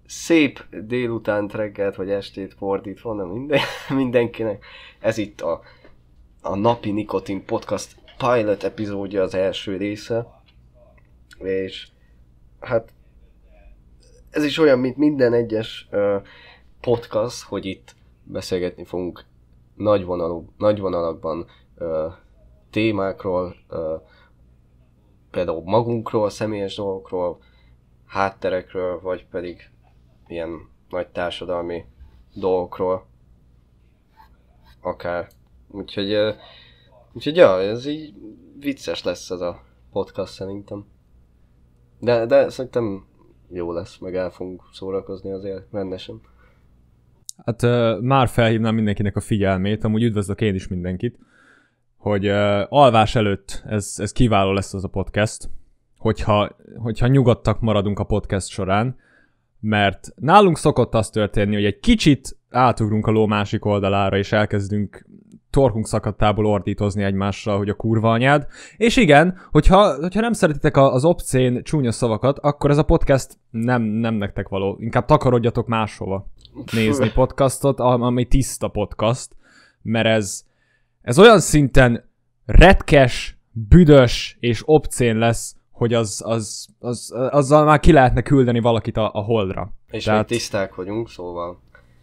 Szép délutánt, reggelt vagy estét fordítva, nem mindenkinek. Ez itt a Napi Nikotin Podcast pilot epizódja, az első része. És hát ez is olyan, mint minden egyes podcast, hogy itt beszélgetni fogunk nagy vonalakban témákról, például magunkról, személyes dolgokról, hátterekről, vagy pedig ilyen nagy társadalmi dolgokról, akár. Úgyhogy ja, ez így vicces lesz ez a podcast szerintem. De szerintem jó lesz, meg el fogunk szórakozni azért rendesen. Hát már felhívnám mindenkinek a figyelmét, amúgy üdvözlök én is mindenkit, hogy alvás előtt ez kiváló lesz az a podcast, hogyha nyugodtak maradunk a podcast során, mert nálunk szokott az történni, hogy egy kicsit átugrunk a ló másik oldalára, és elkezdünk torkunk szakadtából ordítozni egymással, hogy a kurva anyád. És igen, hogyha nem szeretitek az obszén csúnya szavakat, akkor ez a podcast nem nektek való. Inkább takarodjatok máshova nézni podcastot, ami tiszta podcast, mert ez olyan szinten retkes, büdös és obszén lesz, hogy azzal már ki lehetne küldeni valakit a holdra. És tehát... még tiszták vagyunk, szóval...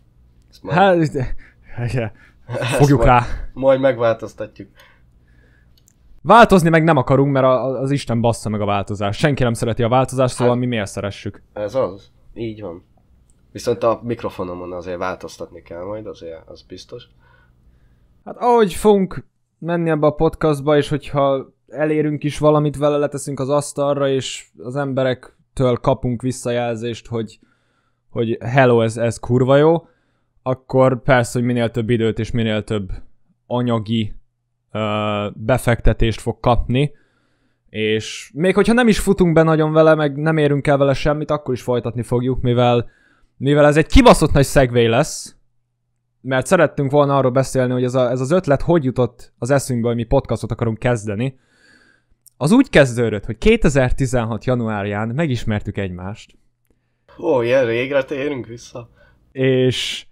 Fogjuk rá. Majd megváltoztatjuk. Változni meg nem akarunk, mert az Isten bassza meg a változást. Senki nem szereti a változást, szóval mi miért szeressük? Ez az. Így van. Viszont a mikrofonomon azért változtatni kell majd, azért az biztos. Hát ahogy fogunk menni ebbe a podcastba, és hogyha elérünk is valamit vele, leteszünk az asztalra, és az emberektől kapunk visszajelzést, hogy hello, ez kurva jó, akkor persze, hogy minél több időt és minél több anyagi befektetést fog kapni, és még hogyha nem is futunk be nagyon vele, meg nem érünk el vele semmit, akkor is folytatni fogjuk, mivel ez egy kibaszott nagy segway lesz, mert szerettünk volna arról beszélni, hogy ez az ötlet hogy jutott az eszünkbe, hogy mi podcastot akarunk kezdeni. Az úgy kezdődött, hogy 2016. januárján megismertük egymást. Ó, ilyen régre térünk vissza. És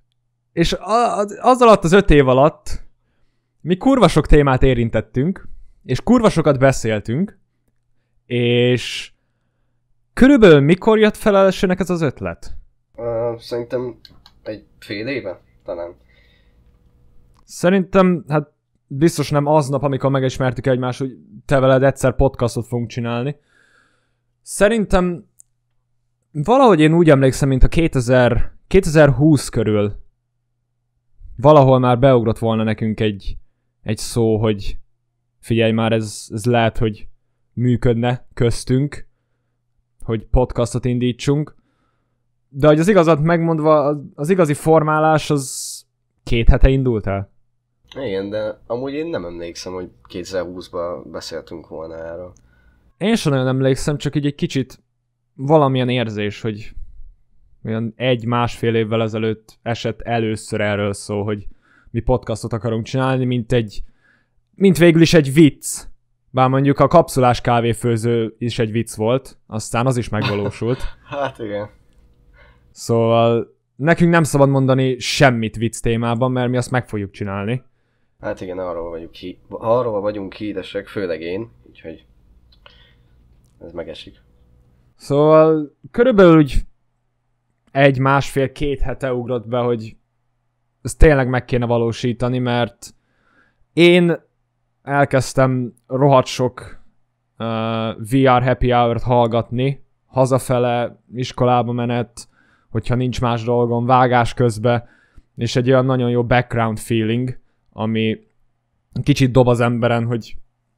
az alatt az 5 év alatt mi kurva sok témát érintettünk, és kurva sokat beszéltünk, és körülbelül mikor jött fel elsőnek ez az ötlet? Szerintem egy fél éve, talán. Szerintem, hát biztos nem aznap, amikor megismertük egymást, hogy te veled egyszer podcastot fogunk csinálni. Szerintem valahogy én úgy emlékszem, mint a 2020 körül valahol már beugrott volna nekünk egy szó, hogy figyelj már, ez lehet, hogy működne köztünk, hogy podcastot indítsunk. De hogy az igazat megmondva, az igazi formálás az 2 hete indult el. Igen, de amúgy én nem emlékszem, hogy 2020-ban beszéltünk volna erről. Én sem nagyon emlékszem, csak így egy kicsit valamilyen érzés, hogy olyan 1-1,5 évvel ezelőtt esett először erről szó, hogy mi podcastot akarunk csinálni, mint végül is egy vicc. Bár mondjuk a kapszulás kávéfőző is egy vicc volt, aztán az is megvalósult. Hát igen. Szóval nekünk nem szabad mondani semmit vicc témában, mert mi azt meg fogjuk csinálni. Hát igen, arról vagyunk híresek, főleg én, úgyhogy ez megesik. Szóval körülbelül úgy 1-1,5-2 hete ugrott be, hogy ezt tényleg meg kéne valósítani, mert én elkezdtem rohadt sok VR Happy Hour-t hallgatni, hazafele, iskolába menet, hogyha nincs más dolgom, vágás közben, és egy olyan nagyon jó background feeling, ami kicsit dob az emberen, hogy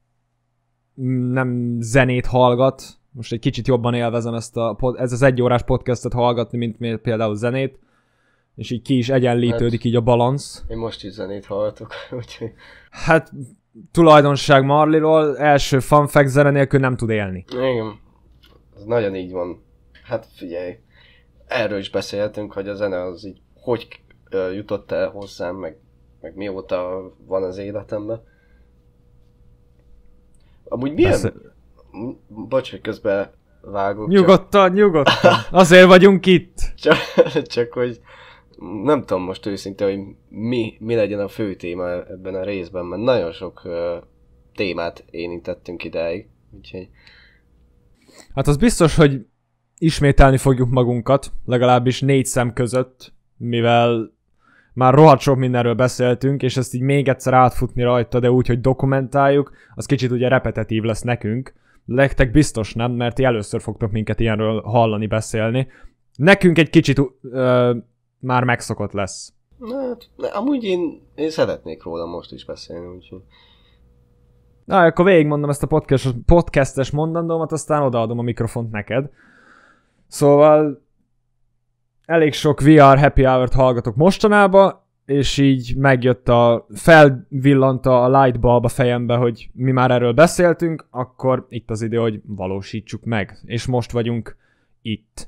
nem zenét hallgat. Most egy kicsit jobban élvezem ez az 1 órás podcastet hallgatni, mint például zenét, és így ki is egyenlítődik hát, így a balansz. Én most is zenét hallgatok, úgyhogy... Hát tulajdonság Marliról, első fun fact, zene nélkül nem tud élni. Igen, ez nagyon így van. Hát figyelj, erről is beszélhetünk, hogy a zene az így hogy jutott el hozzám, meg mióta van az életemben. Amúgy milyen... Bocs, hogy közben vágok. Nyugodtan. Azért vagyunk itt. Csak hogy nem tudom most őszintén, hogy mi legyen a fő téma ebben a részben, mert nagyon sok témát érintettünk idáig, úgyhogy... Hát az biztos, hogy ismételni fogjuk magunkat, legalábbis 4 szem között, mivel már rohadt sok mindenről beszéltünk, és ezt így még egyszer átfutni rajta, de úgy, hogy dokumentáljuk, az kicsit ugye repetitív lesz nekünk. Nektek biztos nem, mert ti először fogtok minket ilyenről hallani, beszélni. Nekünk egy kicsit már megszokott lesz. Hát, amúgy én szeretnék róla most is beszélni, úgyhogy... Na, akkor végigmondom ezt a podcastes mondandómat, aztán odaadom a mikrofont neked. Szóval elég sok VR happy hour-t hallgatok mostanában, és így megjött felvillant a light bulb a fejembe, hogy mi már erről beszéltünk, akkor itt az idő, hogy valósítsuk meg. És most vagyunk itt.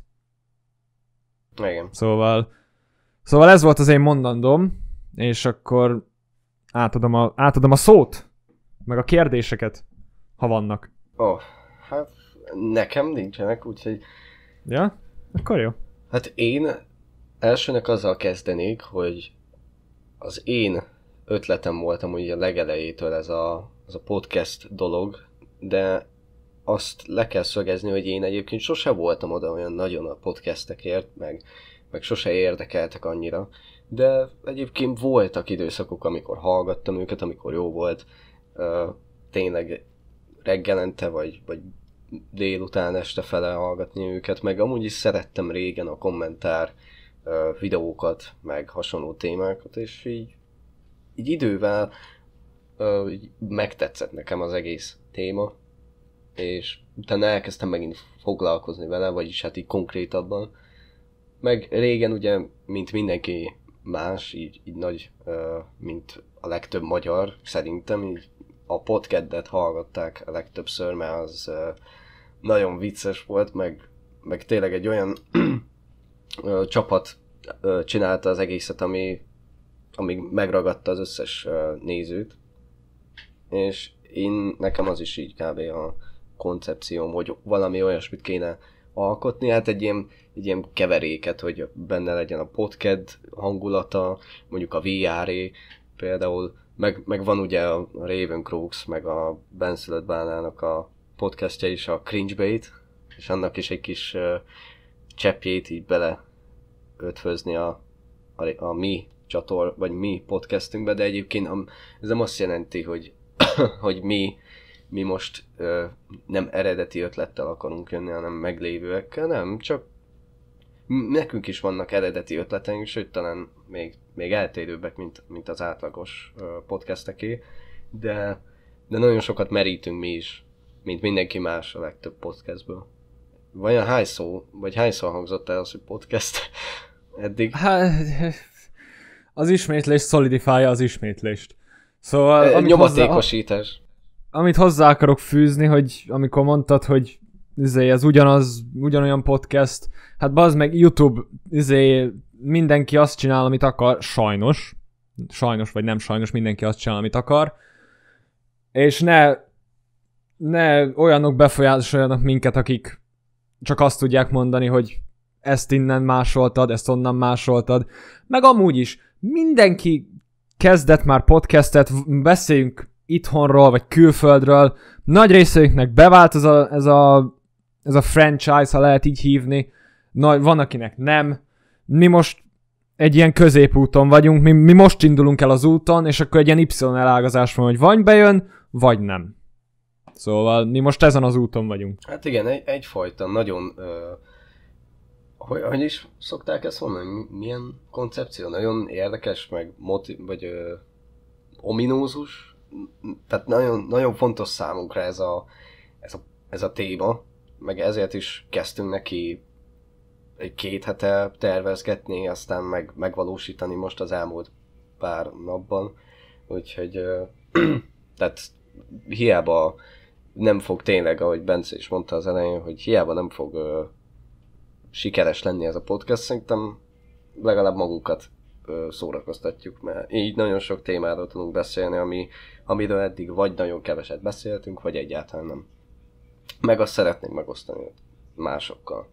Igen. Szóval ez volt az én mondandóm, és akkor átadom a szót, meg a kérdéseket, ha vannak. Hát nekem nincsenek, úgyhogy... Ja? Akkor jó. Hát én elsőnek azzal kezdenék, hogy az én ötletem voltam ugye a legelejétől ez a podcast dolog, de azt le kell szögezni, hogy én egyébként sose voltam oda olyan nagyon a podcastekért, meg sose érdekeltek annyira, de egyébként voltak időszakok, amikor hallgattam őket, amikor jó volt, tényleg reggelente, vagy délután este fele hallgatni őket, meg amúgy is szerettem régen a kommentár videókat, meg hasonló témákat, és így idővel így megtetszett nekem az egész téma, és utána elkezdtem megint foglalkozni vele, vagyis hát így konkrétabban. Meg régen ugye, mint mindenki más, így nagy, mint a legtöbb magyar, szerintem így a podcastet hallgatták a legtöbbször, mert az nagyon vicces volt, meg tényleg egy olyan csapat csinálta az egészet, ami megragadta az összes nézőt. És nekem az is így kb. A koncepcióm, hogy valami olyasmit kéne alkotni, hát egy ilyen keveréket, hogy benne legyen a podcast hangulata, mondjuk a VR-é például, meg van ugye a Raven Crooks, meg a Benszülött Bánának a podcastja is, a Cringebait, és annak is egy kis cseppjét így bele ötvözni a mi vagy mi podcastünkbe, de egyébként ez nem azt jelenti, hogy mi most nem eredeti ötlettel akarunk jönni, hanem meglévőekkel, nem, csak nekünk is vannak eredeti ötleteink, sőt talán még eltérőbbek, mint az átlagos podcasteké, de nagyon sokat merítünk mi is, mint mindenki más a legtöbb podcastből. Vajon hányszor hangzott el az, hogy podcast eddig? Az ismétlés szolidifálja az ismétlést. Szóval... Nyomatékosítás. Amit hozzá akarok fűzni, hogy amikor mondtad, hogy ez ugyanolyan podcast, hát bazd meg YouTube, mindenki azt csinál, amit akar, sajnos vagy nem sajnos, mindenki azt csinál, amit akar, és ne olyanok befolyásoljanak minket, akik csak azt tudják mondani, hogy ezt innen másoltad, ezt onnan másoltad, meg amúgy is mindenki kezdett már podcastet, beszéljünk itthonról, vagy külföldről, nagy részüknek bevált ez a franchise, ha lehet így hívni, van akinek nem, mi most egy ilyen középúton vagyunk, mi most indulunk el az úton, és akkor egy ilyen Y elágazás van, hogy vagy bejön, vagy nem. Szóval mi most ezen az úton vagyunk. Hát igen, egyfajta nagyon, hogy is szokták ezt mondani, milyen koncepció, nagyon érdekes, meg vagy ominózus, tehát nagyon, nagyon fontos számunkra ez a téma, meg ezért is kezdtünk neki egy 2 hete tervezgetni, aztán megvalósítani most az elmúlt pár napban, úgyhogy tehát hiába nem fog tényleg, ahogy Bence is mondta az elején, hogy hiába nem fog sikeres lenni ez a podcast, szerintem legalább magunkat szórakoztatjuk, mert így nagyon sok témáról tudunk beszélni, amiről eddig vagy nagyon keveset beszéltünk, vagy egyáltalán nem. Meg azt szeretnénk megosztani másokkal.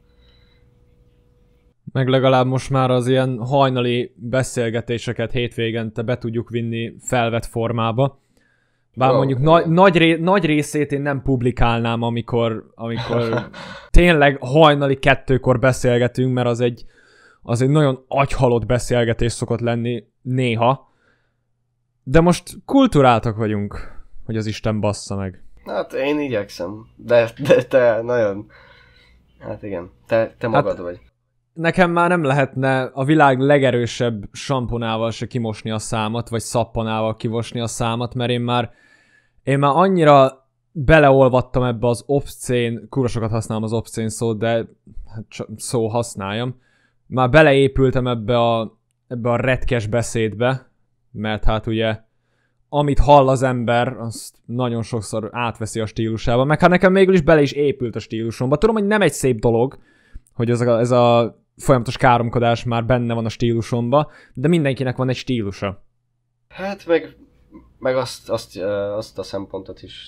Meg legalább most már az ilyen hajnali beszélgetéseket hétvégente be tudjuk vinni felvett formába. Bár mondjuk nagy részét én nem publikálnám, amikor tényleg hajnali 2-kor beszélgetünk, mert az egy nagyon agyhalott beszélgetés szokott lenni néha. De most kulturáltak vagyunk, hogy az Isten bassza meg. Hát én igyekszem, de te nagyon... Hát igen, te magad vagy. Nekem már nem lehetne a világ legerősebb samponával se kimosni a számat, vagy szappanával kimosni a számat, mert én már annyira beleolvattam ebbe az obszcén, kurva sokat használom az obszcén szót, de szó használjam. Már beleépültem ebbe a retkes beszédbe, mert hát ugye amit hall az ember, azt nagyon sokszor átveszi a stílusába, meg hát nekem végül is bele is épült a stílusomba. Tudom, hogy nem egy szép dolog, hogy ez a folyamatos káromkodás már benne van a stílusomba, de mindenkinek van egy stílusa. Hát meg azt a szempontot is,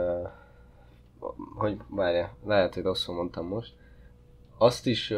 hogy várjál, lehet, hogy rosszul mondtam most, azt is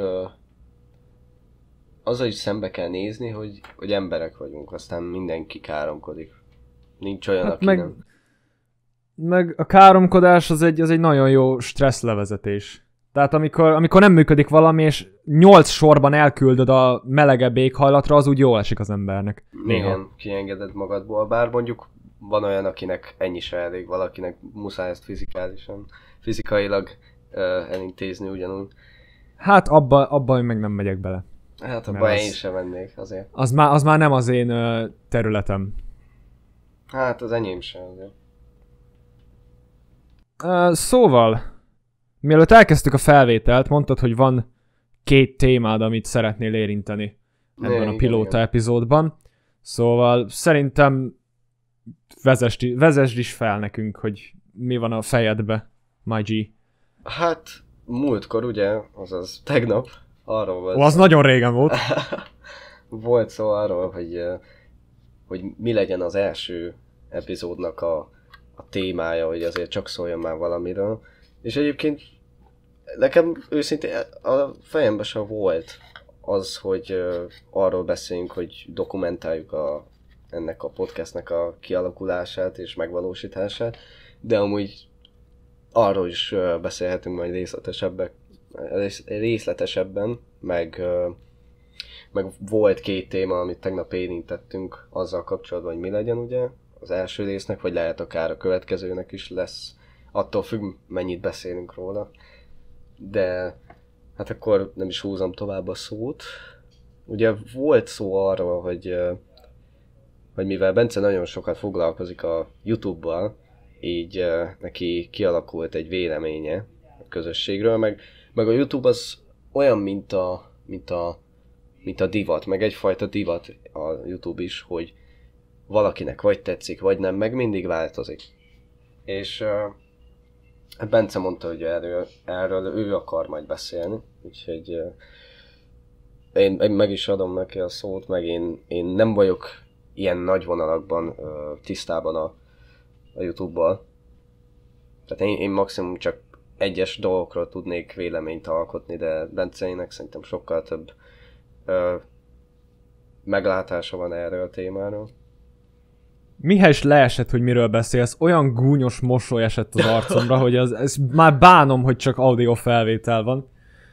azzal is szembe kell nézni, hogy emberek vagyunk, aztán mindenki káromkodik. Nincs olyan, hát aki nem. Meg a káromkodás az egy nagyon jó stresszlevezetés. Tehát amikor nem működik valami, és 8 sorban elküldöd a melegebb éghajlatra, az úgy jól esik az embernek. Néha. Igen, kiengeded magadból, bár mondjuk van olyan, akinek ennyi se elég, valakinek muszáj ezt fizikailag elintézni ugyanúgy. Hát abba én meg nem megyek bele. Hát abba én sem mennék azért. Az már nem az én területem. Hát az enyém sem azért. Szóval, mielőtt elkezdtük a felvételt, mondtad, hogy van 2 témád, amit szeretnél érinteni ebben a pilóta epizódban. Szóval szerintem vezesd is fel nekünk, hogy mi van a fejedbe, my G. Hát múltkor ugye, azaz tegnap, arról volt. Az nagyon régen volt. Volt szó arról, hogy mi legyen az első epizódnak a témája, hogy azért csak szóljon már valamiről. És egyébként nekem őszintén a fejemben sem volt az, hogy arról beszéljünk, hogy dokumentáljuk ennek a podcastnek a kialakulását és megvalósítását, de amúgy arról is beszélhetünk majd részletesebben, meg volt 2 téma, amit tegnap érintettünk azzal kapcsolatban, hogy mi legyen ugye az első résznek, vagy lehet akár a következőnek is lesz, attól függ, mennyit beszélünk róla. De hát akkor nem is húzom tovább a szót. Ugye volt szó arról, hogy mivel Bence nagyon sokat foglalkozik a YouTube-bal, így neki kialakult egy véleménye a közösségről, meg a YouTube az olyan, mint a divat, meg egyfajta divat a YouTube is, hogy valakinek vagy tetszik, vagy nem, meg mindig változik. És Bence mondta, hogy erről ő akar majd beszélni, úgyhogy én meg is adom neki a szót, meg én nem vagyok ilyen nagy vonalakban tisztában a YouTube-bal. Tehát én maximum csak egyes dolgokról tudnék véleményt alkotni, de Bencének szerintem sokkal több meglátása van erről a témáról. Mihez leesett, hogy miről beszélsz? Olyan gúnyos mosoly esett az arcomra, hogy ez már bánom, hogy csak audio felvétel van.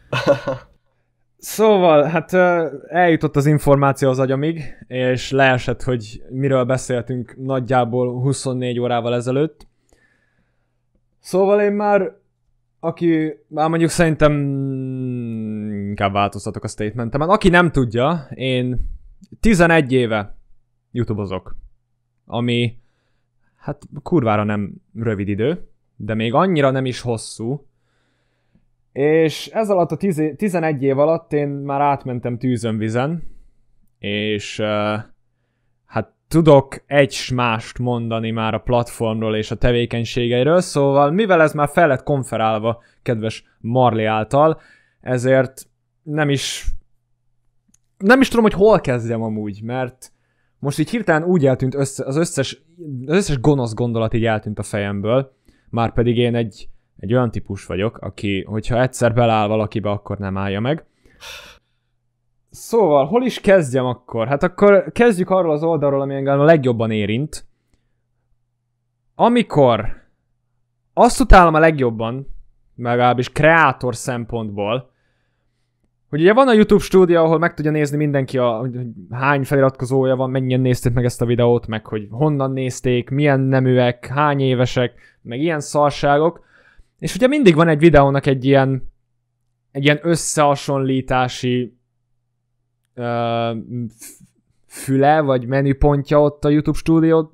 Szóval, hát eljutott az információ az agyamig, és leesett, hogy miről beszéltünk nagyjából 24 órával ezelőtt. Szóval én már mondjuk szerintem inkább változtatok a statementemen. Aki nem tudja, én 11 éve YouTube-ozok. Ami, hát kurvára nem rövid idő, de még annyira nem is hosszú. És ez alatt a 11 év alatt én már átmentem tűzön vizen, és hát tudok mást mondani már a platformról és a tevékenységeiről, szóval mivel ez már fel lett konferálva kedves Marley által, ezért nem is tudom, hogy hol kezdjem amúgy, mert most így hirtelen úgy eltűnt az összes gonosz gondolat így eltűnt a fejemből, márpedig én egy egy olyan típus vagyok, aki, hogyha egyszer beláll valakibe, akkor nem állja meg. Szóval, hol is kezdjem akkor? Hát akkor kezdjük arról az oldalról, ami engem a legjobban érint. Amikor azt utálom a legjobban, legalábbis kreátor szempontból, hogy ugye van a YouTube stúdió, ahol meg tudja nézni mindenki, hogy hány feliratkozója van, mennyien nézték meg ezt a videót, meg hogy honnan nézték, milyen neműek, hány évesek, meg ilyen szarságok. És ugye mindig van egy videónak egy ilyen összehasonlítási füle, vagy menüpontja ott a YouTube stúdió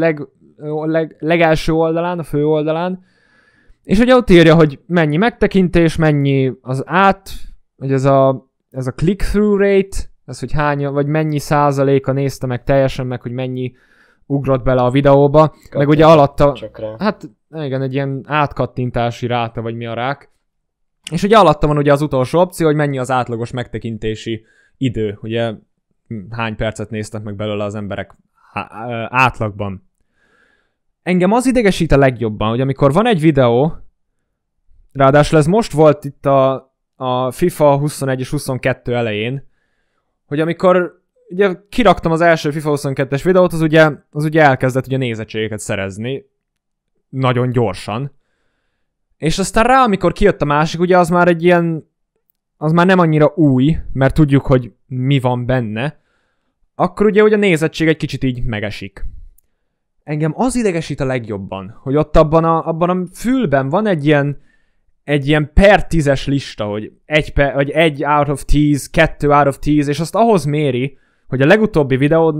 legelső oldalán, a fő oldalán. És ugye ott írja, hogy mennyi megtekintés, mennyi az hogy ez a click-through rate, ez, hogy hány, vagy mennyi százaléka nézte meg teljesen, meg hogy mennyi ugrott bele a videóba, meg ugye alatta, hát igen, egy ilyen átkattintási ráta, vagy mi a rák. És ugye alatta van ugye az utolsó opció, hogy mennyi az átlagos megtekintési idő, ugye hány percet néztek meg belőle az emberek átlagban. Engem az idegesít a legjobban, hogy amikor van egy videó, ráadásul ez most volt itt a FIFA 21 és 22 elején, hogy amikor ugye kiraktam az első FIFA 22-es videót, az ugye elkezdett ugye nézettségeket szerezni nagyon gyorsan. És aztán rá, amikor kijött a másik, ugye az már egy ilyen, az már nem annyira új, mert tudjuk, hogy mi van benne, akkor ugye a nézettség egy kicsit így megesik. Engem az idegesít a legjobban, hogy ott abban a fülben van egy ilyen per 10-es lista, hogy 1 out of 10, 2 out of 10, és azt ahhoz méri, hogy a legutóbbi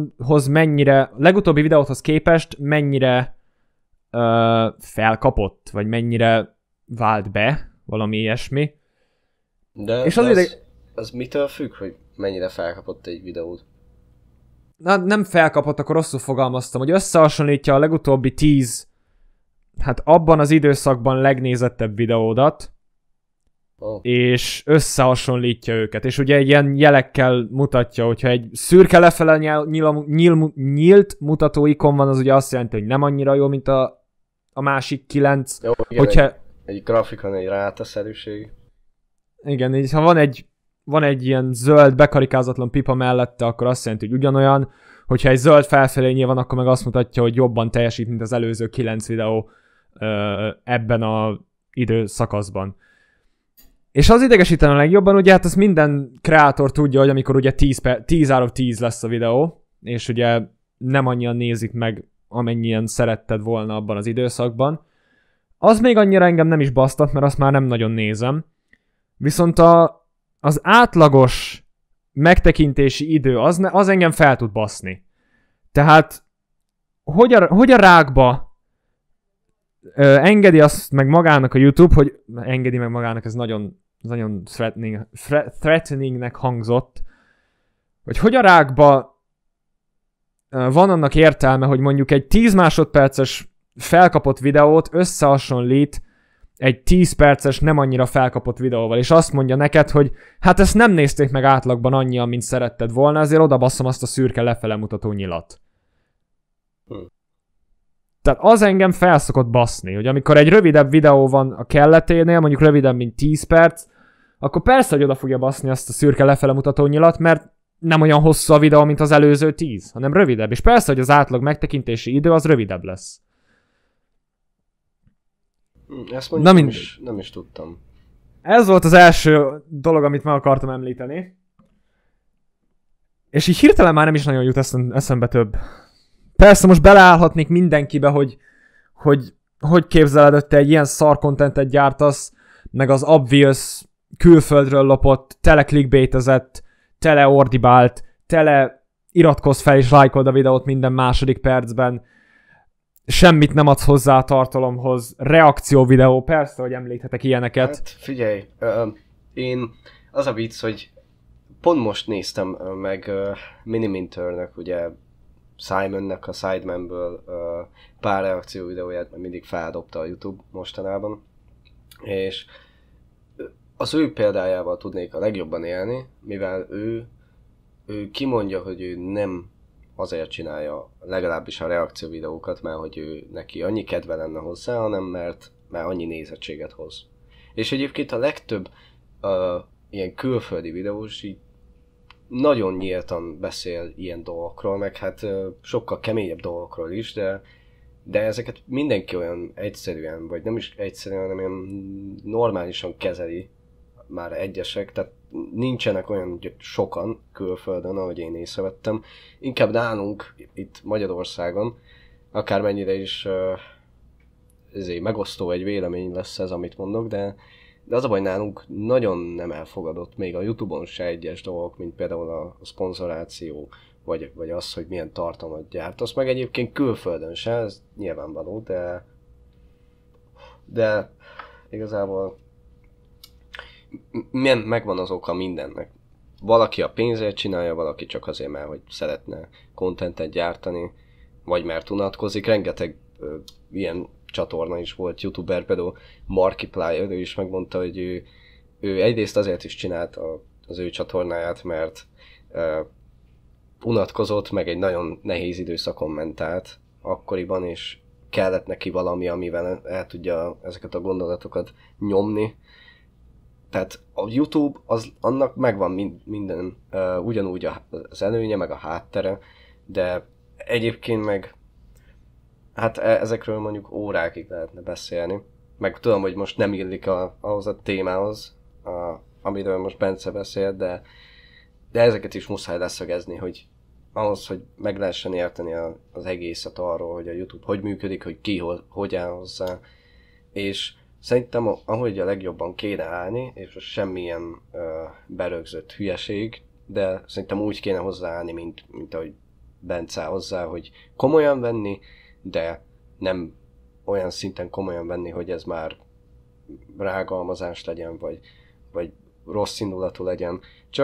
videóhoz képest mennyire felkapott, vagy mennyire vált be, valami ilyesmi. De, és az mitől függ, hogy mennyire felkapott egy videót? Na, nem felkapott, akkor rosszul fogalmaztam, hogy összehasonlítja a legutóbbi 10, hát abban az időszakban legnézettebb videódat, és összehasonlítja őket. És ugye egy ilyen jelekkel mutatja, hogyha egy szürke lefele nyílt mutató ikon van, az ugye azt jelenti, hogy nem annyira jó, mint a másik 9. Jó, igen, hogyha... egy grafikon, egy rátaszerűség. Igen, és ha van egy ilyen zöld, bekarikázatlan pipa mellette, akkor azt jelenti, hogy ugyanolyan. Hogyha egy zöld felfelénye van, akkor meg azt mutatja, hogy jobban teljesít, mint az előző 9 videó ebben az időszakaszban. És az idegesítene a legjobban, ugye hát ezt minden kreátor tudja, hogy amikor ugye 10 out of 10 lesz a videó, és ugye nem annyian nézik meg, amennyien szeretted volna abban az időszakban. Az még annyira engem nem is basztat, mert azt már nem nagyon nézem. Viszont az átlagos megtekintési idő, az engem fel tud baszni. Tehát, hogy a rákba engedi azt meg magának a YouTube, hogy engedi meg magának, ez nagyon threateningnek hangzott, hogy a rákba van annak értelme, hogy mondjuk egy 10 másodperces felkapott videót összehasonlít egy 10 perces nem annyira felkapott videóval, és azt mondja neked, hogy hát ezt nem nézték meg átlagban annyian, mint szeretted volna, ezért odabasszom azt a szürke lefele mutató nyilat. Tehát az engem felszokott baszni, hogy amikor egy rövidebb videó van a kelleténél, mondjuk rövidebb, mint 10 perc, akkor persze, hogy oda fogja baszni azt a szürke lefele mutató nyilat, mert nem olyan hosszú a videó, mint az előző 10, hanem rövidebb. És persze, hogy az átlag megtekintési idő az rövidebb lesz. Ezt mondjuk nem is tudtam. Ez volt az első dolog, amit meg akartam említeni. És így hirtelen már nem is nagyon jut eszembe több. Persze most beleállhatnék mindenkibe, hogy képzeled, hogy te egy ilyen szar contentet gyártasz, meg az obvious külföldről lopott, tele clickbaitezett, tele ordibált, tele iratkozz fel és lájkold a videót minden második percben, semmit nem adsz hozzá a tartalomhoz, reakció videó, persze, hogy említhetek ilyeneket. Hát figyelj, én az a vicc, hogy pont most néztem meg Miniminternek, ugye Simonnek a Sidemanből pár reakció videóját, mert mindig feldobta a YouTube mostanában, és az ő példájával tudnék a legjobban élni, mivel ő kimondja, hogy ő nem azért csinálja legalábbis a reakció videókat, mert hogy ő neki annyi kedve lenne hozzá, hanem mert mert annyi nézettséget hoz. És egyébként a legtöbb ilyen külföldi videós így nagyon nyíltan beszél ilyen dolgokról, meg hát sokkal keményebb dolgokról is, de ezeket mindenki olyan egyszerűen, vagy nem is egyszerűen, hanem olyan normálisan kezeli már egyesek, tehát nincsenek olyan sokan külföldön, ahogy én észrevettem. Inkább nálunk, itt Magyarországon, akármennyire is megosztó egy vélemény lesz ez, amit mondok, de az a baj, nálunk nagyon nem elfogadott még a YouTube-on se egyes dolgok, mint például a szponzoráció, vagy az, hogy milyen tartalmat gyártasz, meg egyébként külföldön se, ez nyilvánvaló, de igazából megvan az oka mindennek. Valaki a pénzért csinálja, valaki csak azért, mert hogy szeretne contentet gyártani, vagy mert unatkozik. Rengeteg ilyen csatorna is volt, youtuber, például Markiplier, ő is megmondta, hogy ő egyrészt azért is csinálta az ő csatornáját, mert unatkozott, meg egy nagyon nehéz időszakon ment át akkoriban, és kellett neki valami, amivel el tudja ezeket a gondolatokat nyomni. Tehát a YouTube, annak megvan minden, ugyanúgy az előnye, meg a háttere, de egyébként meg hát ezekről mondjuk órákig lehetne beszélni. Meg tudom, hogy most nem illik ahhoz a témához, amiről most Bence beszélt, de ezeket is muszáj leszögezni, hogy ahhoz, hogy meg lehessen érteni az egészet arról, hogy a YouTube hogy működik, hogy ki hogy áll hozzá, és szerintem ahogy a legjobban kéne állni, és most semmilyen berögzött hülyeség, de szerintem úgy kéne hozzáállni, mint ahogy Bence hozzá, hogy komolyan venni, de nem olyan szinten komolyan venni, hogy ez már rágalmazás legyen, vagy rossz indulatú legyen.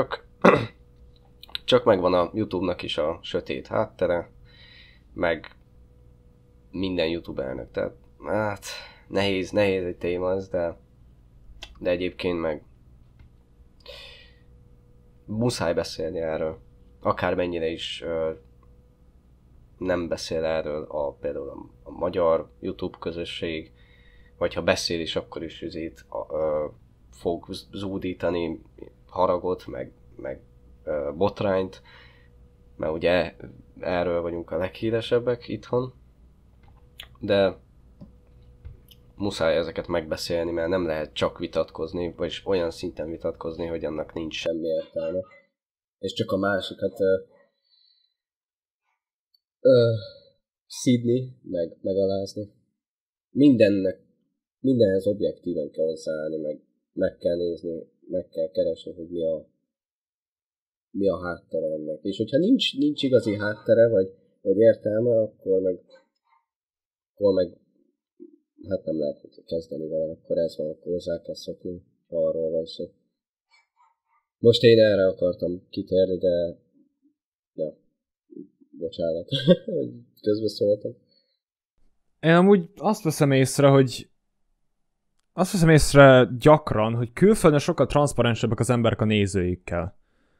Csak megvan a YouTube-nak is a sötét háttere, meg minden youtubernek, tehát hát nehéz egy téma ez, de egyébként meg muszáj beszélni erről. Akármennyire is nem beszél erről például a magyar YouTube közösség, vagy ha beszél is, akkor is fog zúdítani haragot, meg botrányt, mert ugye erről vagyunk a leghíresebbek itthon, de muszáj ezeket megbeszélni, mert nem lehet csak vitatkozni, vagyis olyan szinten vitatkozni, hogy annak nincs semmi értelme, és csak a másikat szidni, megalázni. Mindenhez objektíven kell hozzáállni, meg kell nézni, meg kell keresni, hogy mi a háttere ennek. És hogyha nincs igazi háttere, vagy értelme, akkor meg hát nem lehet kezdeni vele, akkor ez van, akkor hozzá kell szokni, ha arról van szó. Most én erre akartam kitérni, de ja, bocsánat, hogy közbeszóltam. Én amúgy azt veszem észre gyakran, hogy külföldön sokkal transzparensebbek az emberek a nézőikkel.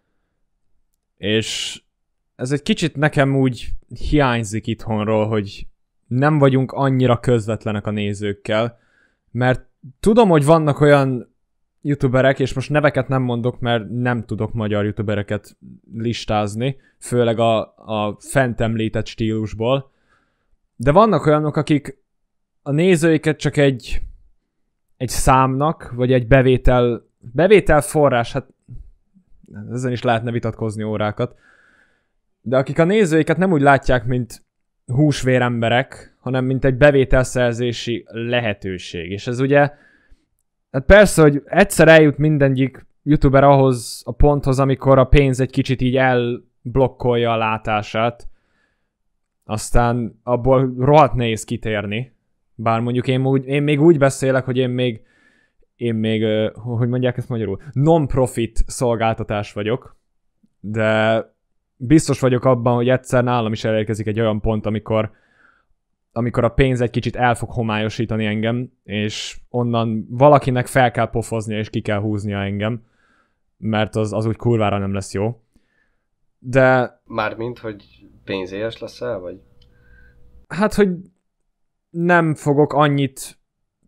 És ez egy kicsit nekem úgy hiányzik itthonról, hogy nem vagyunk annyira közvetlenek a nézőkkel, mert tudom, hogy vannak olyan youtuberek, és most neveket nem mondok, mert nem tudok magyar youtubereket listázni, főleg a fent említett stílusból, de vannak olyanok, akik a nézőiket csak egy számnak, vagy egy bevétel forrás, hát ezen is lehetne vitatkozni órákat, de akik a nézőiket nem úgy látják, mint húsvér emberek, hanem mint egy bevételszerzési lehetőség. És ez ugye, hát persze, hogy egyszer eljut mindegyik youtuber ahhoz a ponthoz, amikor a pénz egy kicsit így elblokkolja a látását, aztán abból rohadt nehéz kitérni. Bár mondjuk én még úgy beszélek, hogy én még, hogy mondják ezt magyarul, non-profit szolgáltatás vagyok, de biztos vagyok abban, hogy egyszer nálam is elérkezik egy olyan pont, amikor a pénz egy kicsit el fog homályosítani engem, és onnan valakinek fel kell pofoznia, és ki kell húznia engem, mert az úgy kurvára nem lesz jó. De... Mármint, hogy pénzéhes leszel, vagy? Hát, hogy nem fogok annyit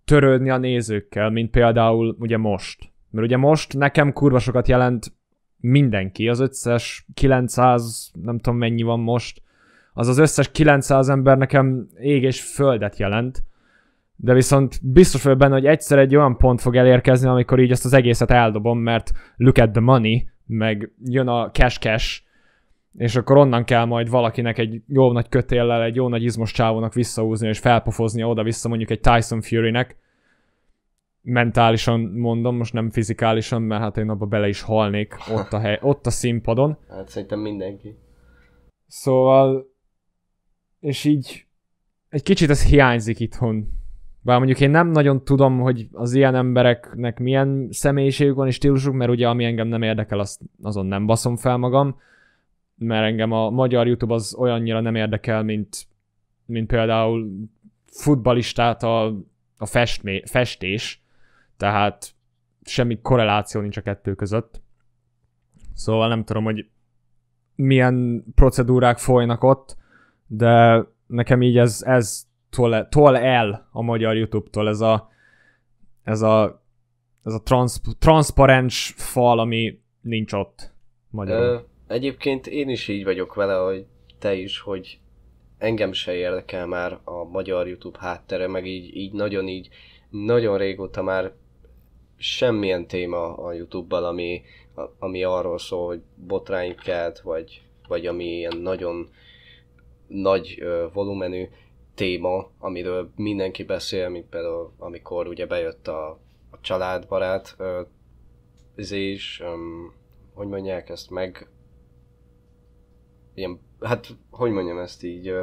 törődni a nézőkkel, mint például ugye most. Mert ugye most nekem kurva sokat jelent mindenki, az összes 900, nem tudom mennyi van most, az összes 900 ember nekem ég és földet jelent, de viszont biztos vagyok benne, hogy egyszer egy olyan pont fog elérkezni, amikor így ezt az egészet eldobom, mert look at the money, meg jön a cash, és akkor onnan kell majd valakinek egy jó nagy kötéllel, egy jó nagy izmos csávónak visszahúzni, és felpofoznia oda-vissza mondjuk egy Tyson Furynek. Mentálisan mondom, most nem fizikálisan, mert hát én abba bele is halnék ott a színpadon. Hát szerintem mindenki. Szóval, és így egy kicsit ez hiányzik itthon. Bár mondjuk én nem nagyon tudom, hogy az ilyen embereknek milyen személyiségük van és stílusuk, mert ugye ami engem nem érdekel, azon nem baszom fel magam, mert engem a magyar YouTube az olyannyira nem érdekel, mint például futballistát a festés, tehát semmi korreláció nincs a kettő között. Szóval nem tudom, hogy milyen procedúrák folynak ott, de nekem így ez tol el a magyar YouTube-tól, ez a transzparens fal, ami nincs ott magyarul. Egyébként én is így vagyok vele, hogy te is, hogy engem se érdekel már a magyar YouTube háttere, meg így nagyon régóta már semmilyen téma a YouTube-ban, ami arról szól, hogy botrányt kelt, vagy ami ilyen nagyon nagy volumenű téma, amiről mindenki beszél, mint például amikor ugye bejött a családbarát és hogy mondják ezt meg, ilyen, hát hogy mondjam ezt így,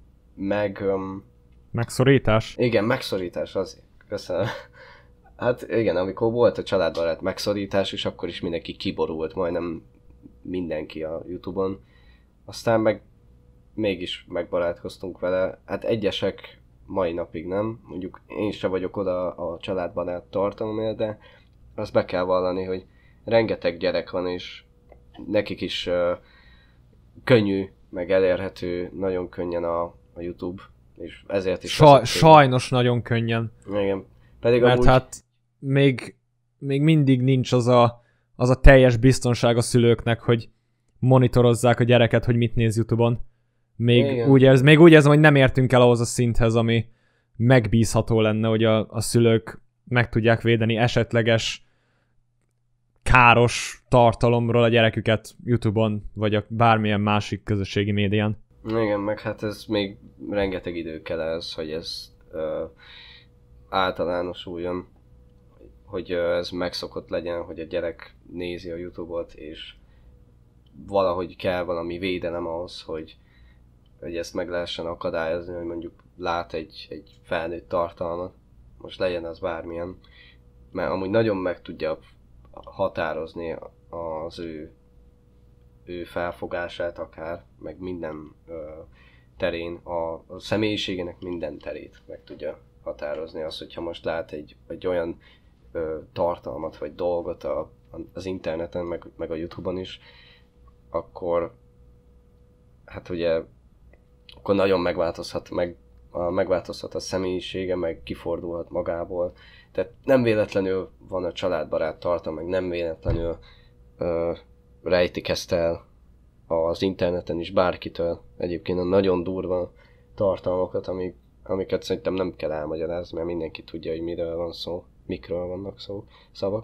megszorítás? Igen, megszorítás, azért. Köszönöm. Hát igen, amikor volt a családbarát megszorítás, és akkor is mindenki kiborult, majdnem mindenki a YouTube-on. Aztán meg mégis megbarátkoztunk vele. Hát egyesek mai napig nem. Mondjuk én se vagyok oda a családbarát tartalomért, de azt be kell vallani, hogy rengeteg gyerek van, és nekik is könnyű, meg elérhető nagyon könnyen a YouTube, és ezért is... Sajnos nagyon könnyen. Igen. Pedig mert amúgy... hát még mindig nincs az a teljes biztonság a szülőknek, hogy monitorozzák a gyereket, hogy mit néz YouTube-on. Még úgy érzem, hogy nem értünk el ahhoz a szinthez, ami megbízható lenne, hogy a szülők meg tudják védeni esetleges káros tartalomról a gyereküket YouTube-on, vagy bármilyen másik közösségi médián. Igen, meg hát ez még rengeteg idő kell ez, hogy ez általánosuljon, hogy ez megszokott legyen, hogy a gyerek nézi a YouTube-ot, és valahogy kell valami védelem ahhoz, hogy ezt meg lehessen akadályozni, hogy mondjuk lát egy felnőtt tartalmat, most legyen az bármilyen, mert amúgy nagyon meg tudja határozni az ő felfogását akár, meg minden terén, a személyiségének minden terét meg tudja határozni. Az, hogyha most lát egy olyan tartalmat vagy dolgot az interneten, meg a YouTube-on is, akkor hát ugye akkor nagyon megváltozhat a személyisége, meg kifordulhat magából. Tehát nem véletlenül van a családbarát tartalom, meg nem véletlenül rejtik ezt el az interneten is bárkitől. Egyébként a nagyon durva tartalmakat, amiket szerintem nem kell elmagyarázni, mert mindenki tudja, hogy miről van szó, mikről vannak szavak.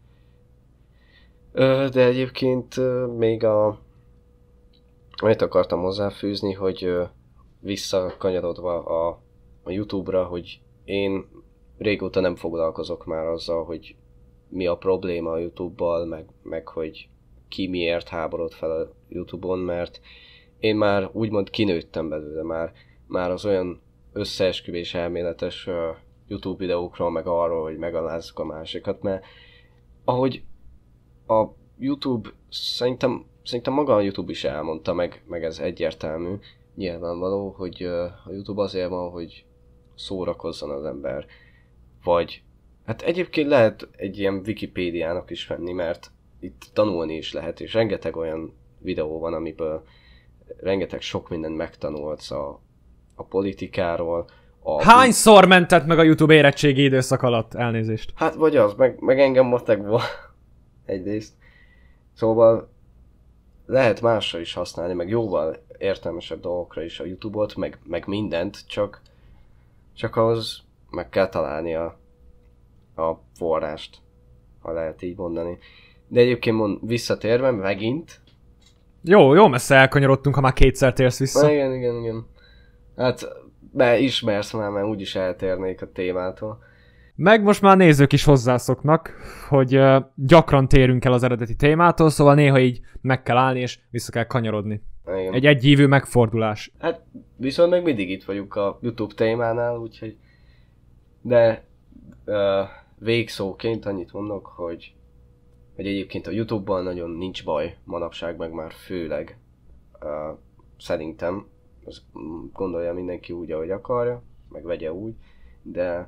De egyébként még amit akartam hozzáfűzni, hogy visszakanyarodva a YouTube-ra, hogy én régóta nem foglalkozok már azzal, hogy mi a probléma a YouTube-bal, meg hogy ki miért háborod fel a YouTube-on, mert én már úgymond kinőttem belőle, már az olyan összeesküvés elméletes YouTube videókról, meg arról, hogy megalázzuk a másikat, mert ahogy a YouTube, szerintem maga a YouTube is elmondta, meg ez egyértelmű, nyilvánvaló, hogy a YouTube azért van, hogy szórakozzon az ember. Vagy, hát egyébként lehet egy ilyen Wikipédiának is venni, mert itt tanulni is lehet, és rengeteg olyan videó van, amiből rengeteg sok mindent megtanulsz a politikáról, Hányszor mentett meg a YouTube érettségi időszak alatt? Elnézést. Hát vagy az, meg engem matekból egyrészt. Szóval lehet másra is használni, meg jóval értelmesebb dolgokra is a YouTube-ot, meg mindent, csak ahhoz meg kell találni a forrást, ha lehet így mondani. De egyébként visszatérve megint... Jó messze elkanyarodtunk, ha már kétszer térsz vissza. Igen. Hát ismersz már, mert úgyis eltérnék a témától. Meg most már nézők is hozzászoknak, hogy gyakran térünk el az eredeti témától, szóval néha így meg kell állni és vissza kell kanyarodni. Igen. Egy egyívű megfordulás. Hát viszont meg mindig itt vagyunk a YouTube témánál, úgyhogy... De végszóként annyit mondok, hogy egyébként a YouTube-ban nagyon nincs baj manapság, meg már főleg szerintem, azt gondolja mindenki úgy, ahogy akarja, meg vegye úgy, de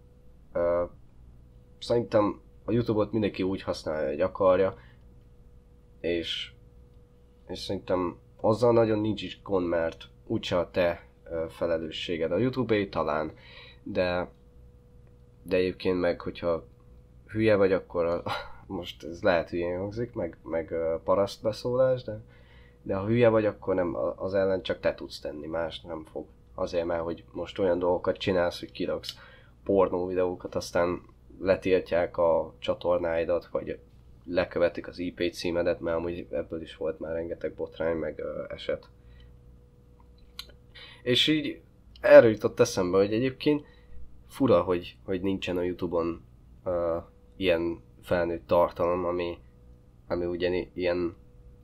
szerintem a YouTube-ot mindenki úgy használja, hogy akarja, és szerintem azzal nagyon nincs is gond, mert úgyse a te felelősséged. A YouTube-é talán, de egyébként meg, hogyha hülye vagy, akkor most ez lehet hülyén hangzik, meg parasztbeszólás, de ha hülye vagy, akkor nem az ellen csak te tudsz tenni, más nem fog. Azért, mert hogy most olyan dolgokat csinálsz, hogy kiraksz pornó videókat, aztán letiltják a csatornáidat, vagy lekövetik az IP címedet, mert amúgy ebből is volt már rengeteg botrány, meg eset. És így erről jutott eszembe, hogy egyébként fura, hogy nincsen a YouTube-on ilyen felnőtt tartalom, ami ugyan ilyen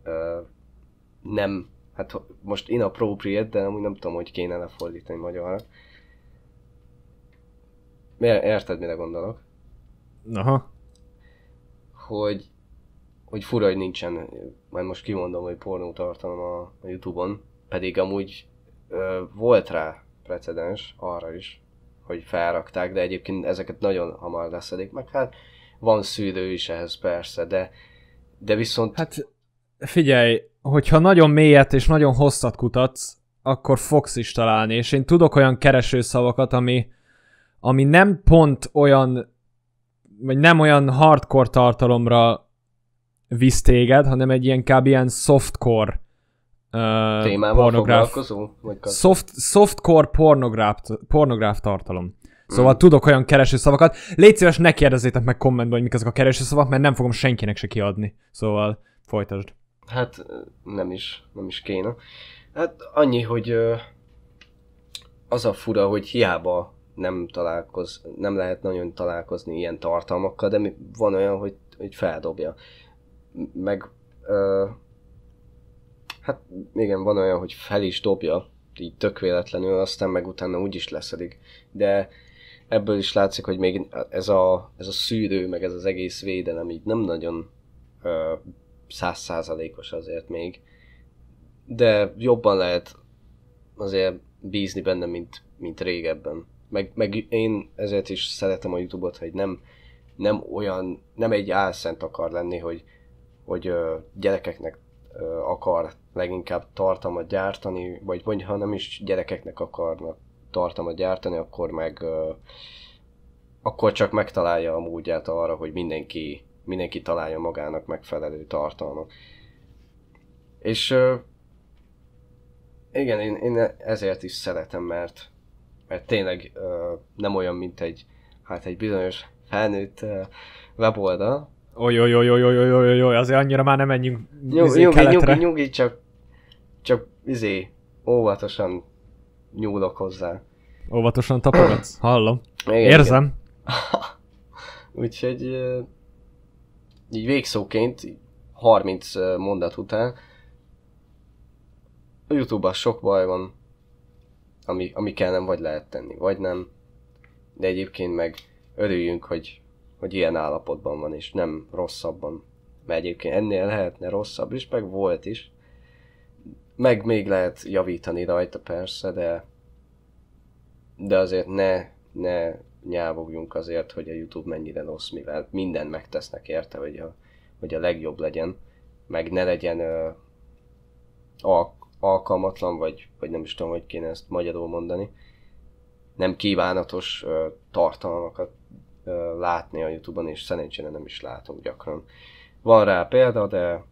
nem, hát most inappropriate, de amúgy nem tudom, hogy kéne lefordítani magyarra. Érted, mire gondolok? Aha. Hogy fura, hogy nincsen, majd most kimondom, hogy pornó tartalom a YouTube-on, pedig amúgy volt rá precedens arra is, hogy felrakták, de egyébként ezeket nagyon hamar leszedik, meg hát van szűrő is ehhez persze, de viszont... Hát figyelj, hogyha nagyon mélyet és nagyon hosszat kutatsz, akkor fogsz is találni, és én tudok olyan keresőszavakat, ami nem pont olyan, vagy nem olyan hardcore tartalomra visz téged, hanem egy ilyen kb. Ilyen softcore témával foglalkozó? Softcore pornográf tartalom. Szóval tudok olyan keresőszavakat. Légy szíves, ne kérdezzétek meg kommentben, hogy mik ezek a keresőszavak, mert nem fogom senkinek se kiadni. Szóval folytasd. Hát nem is kéne. Hát annyi, hogy az a fura, hogy hiába nem lehet nagyon találkozni ilyen tartalmakkal, de van olyan, hogy feldobja. Meg hát igen, van olyan, hogy fel is dobja, így tök véletlenül, aztán meg utána úgyis leszedik. De ebből is látszik, hogy még ez a szűrő, meg ez az egész védelem így nem nagyon 100%-os azért még. De jobban lehet azért bízni benne, mint régebben. Meg én ezért is szeretem a YouTube-ot, hogy nem egy álszent akar lenni, hogy gyerekeknek akar leginkább tartalmat gyártani, vagy ha nem is gyerekeknek akarnak tartalmat gyártani, akkor csak megtalálja a módját arra, hogy mindenki találja magának megfelelő tartalmat. És igen, én ezért is szeretem, mert tényleg nem olyan, mint egy bizonyos felnőtt weboldal. Oly, azért annyira már nem menjünk keletre. Nyugi, csak óvatosan nyúlok hozzá. Óvatosan tapogatsz, hallom. Igen, érzem. Úgyhogy így végszóként, 30 mondat után, a YouTube-ban sok baj van, amikkel nem vagy lehet tenni, vagy nem. De egyébként meg örüljünk, hogy ilyen állapotban van, és nem rosszabban. Mert egyébként ennél lehetne rosszabb is, meg volt is. Meg még lehet javítani rajta persze, de azért ne nyávogjunk azért, hogy a YouTube mennyire rossz, mivel mindent megtesznek érte, hogy a legjobb legyen. Meg ne legyen alkalmatlan, vagy nem is tudom, hogy kéne ezt magyarul mondani. nem kívánatos tartalmakat látni a YouTube-on, és szerencsére nem is látunk gyakran. Van rá példa, de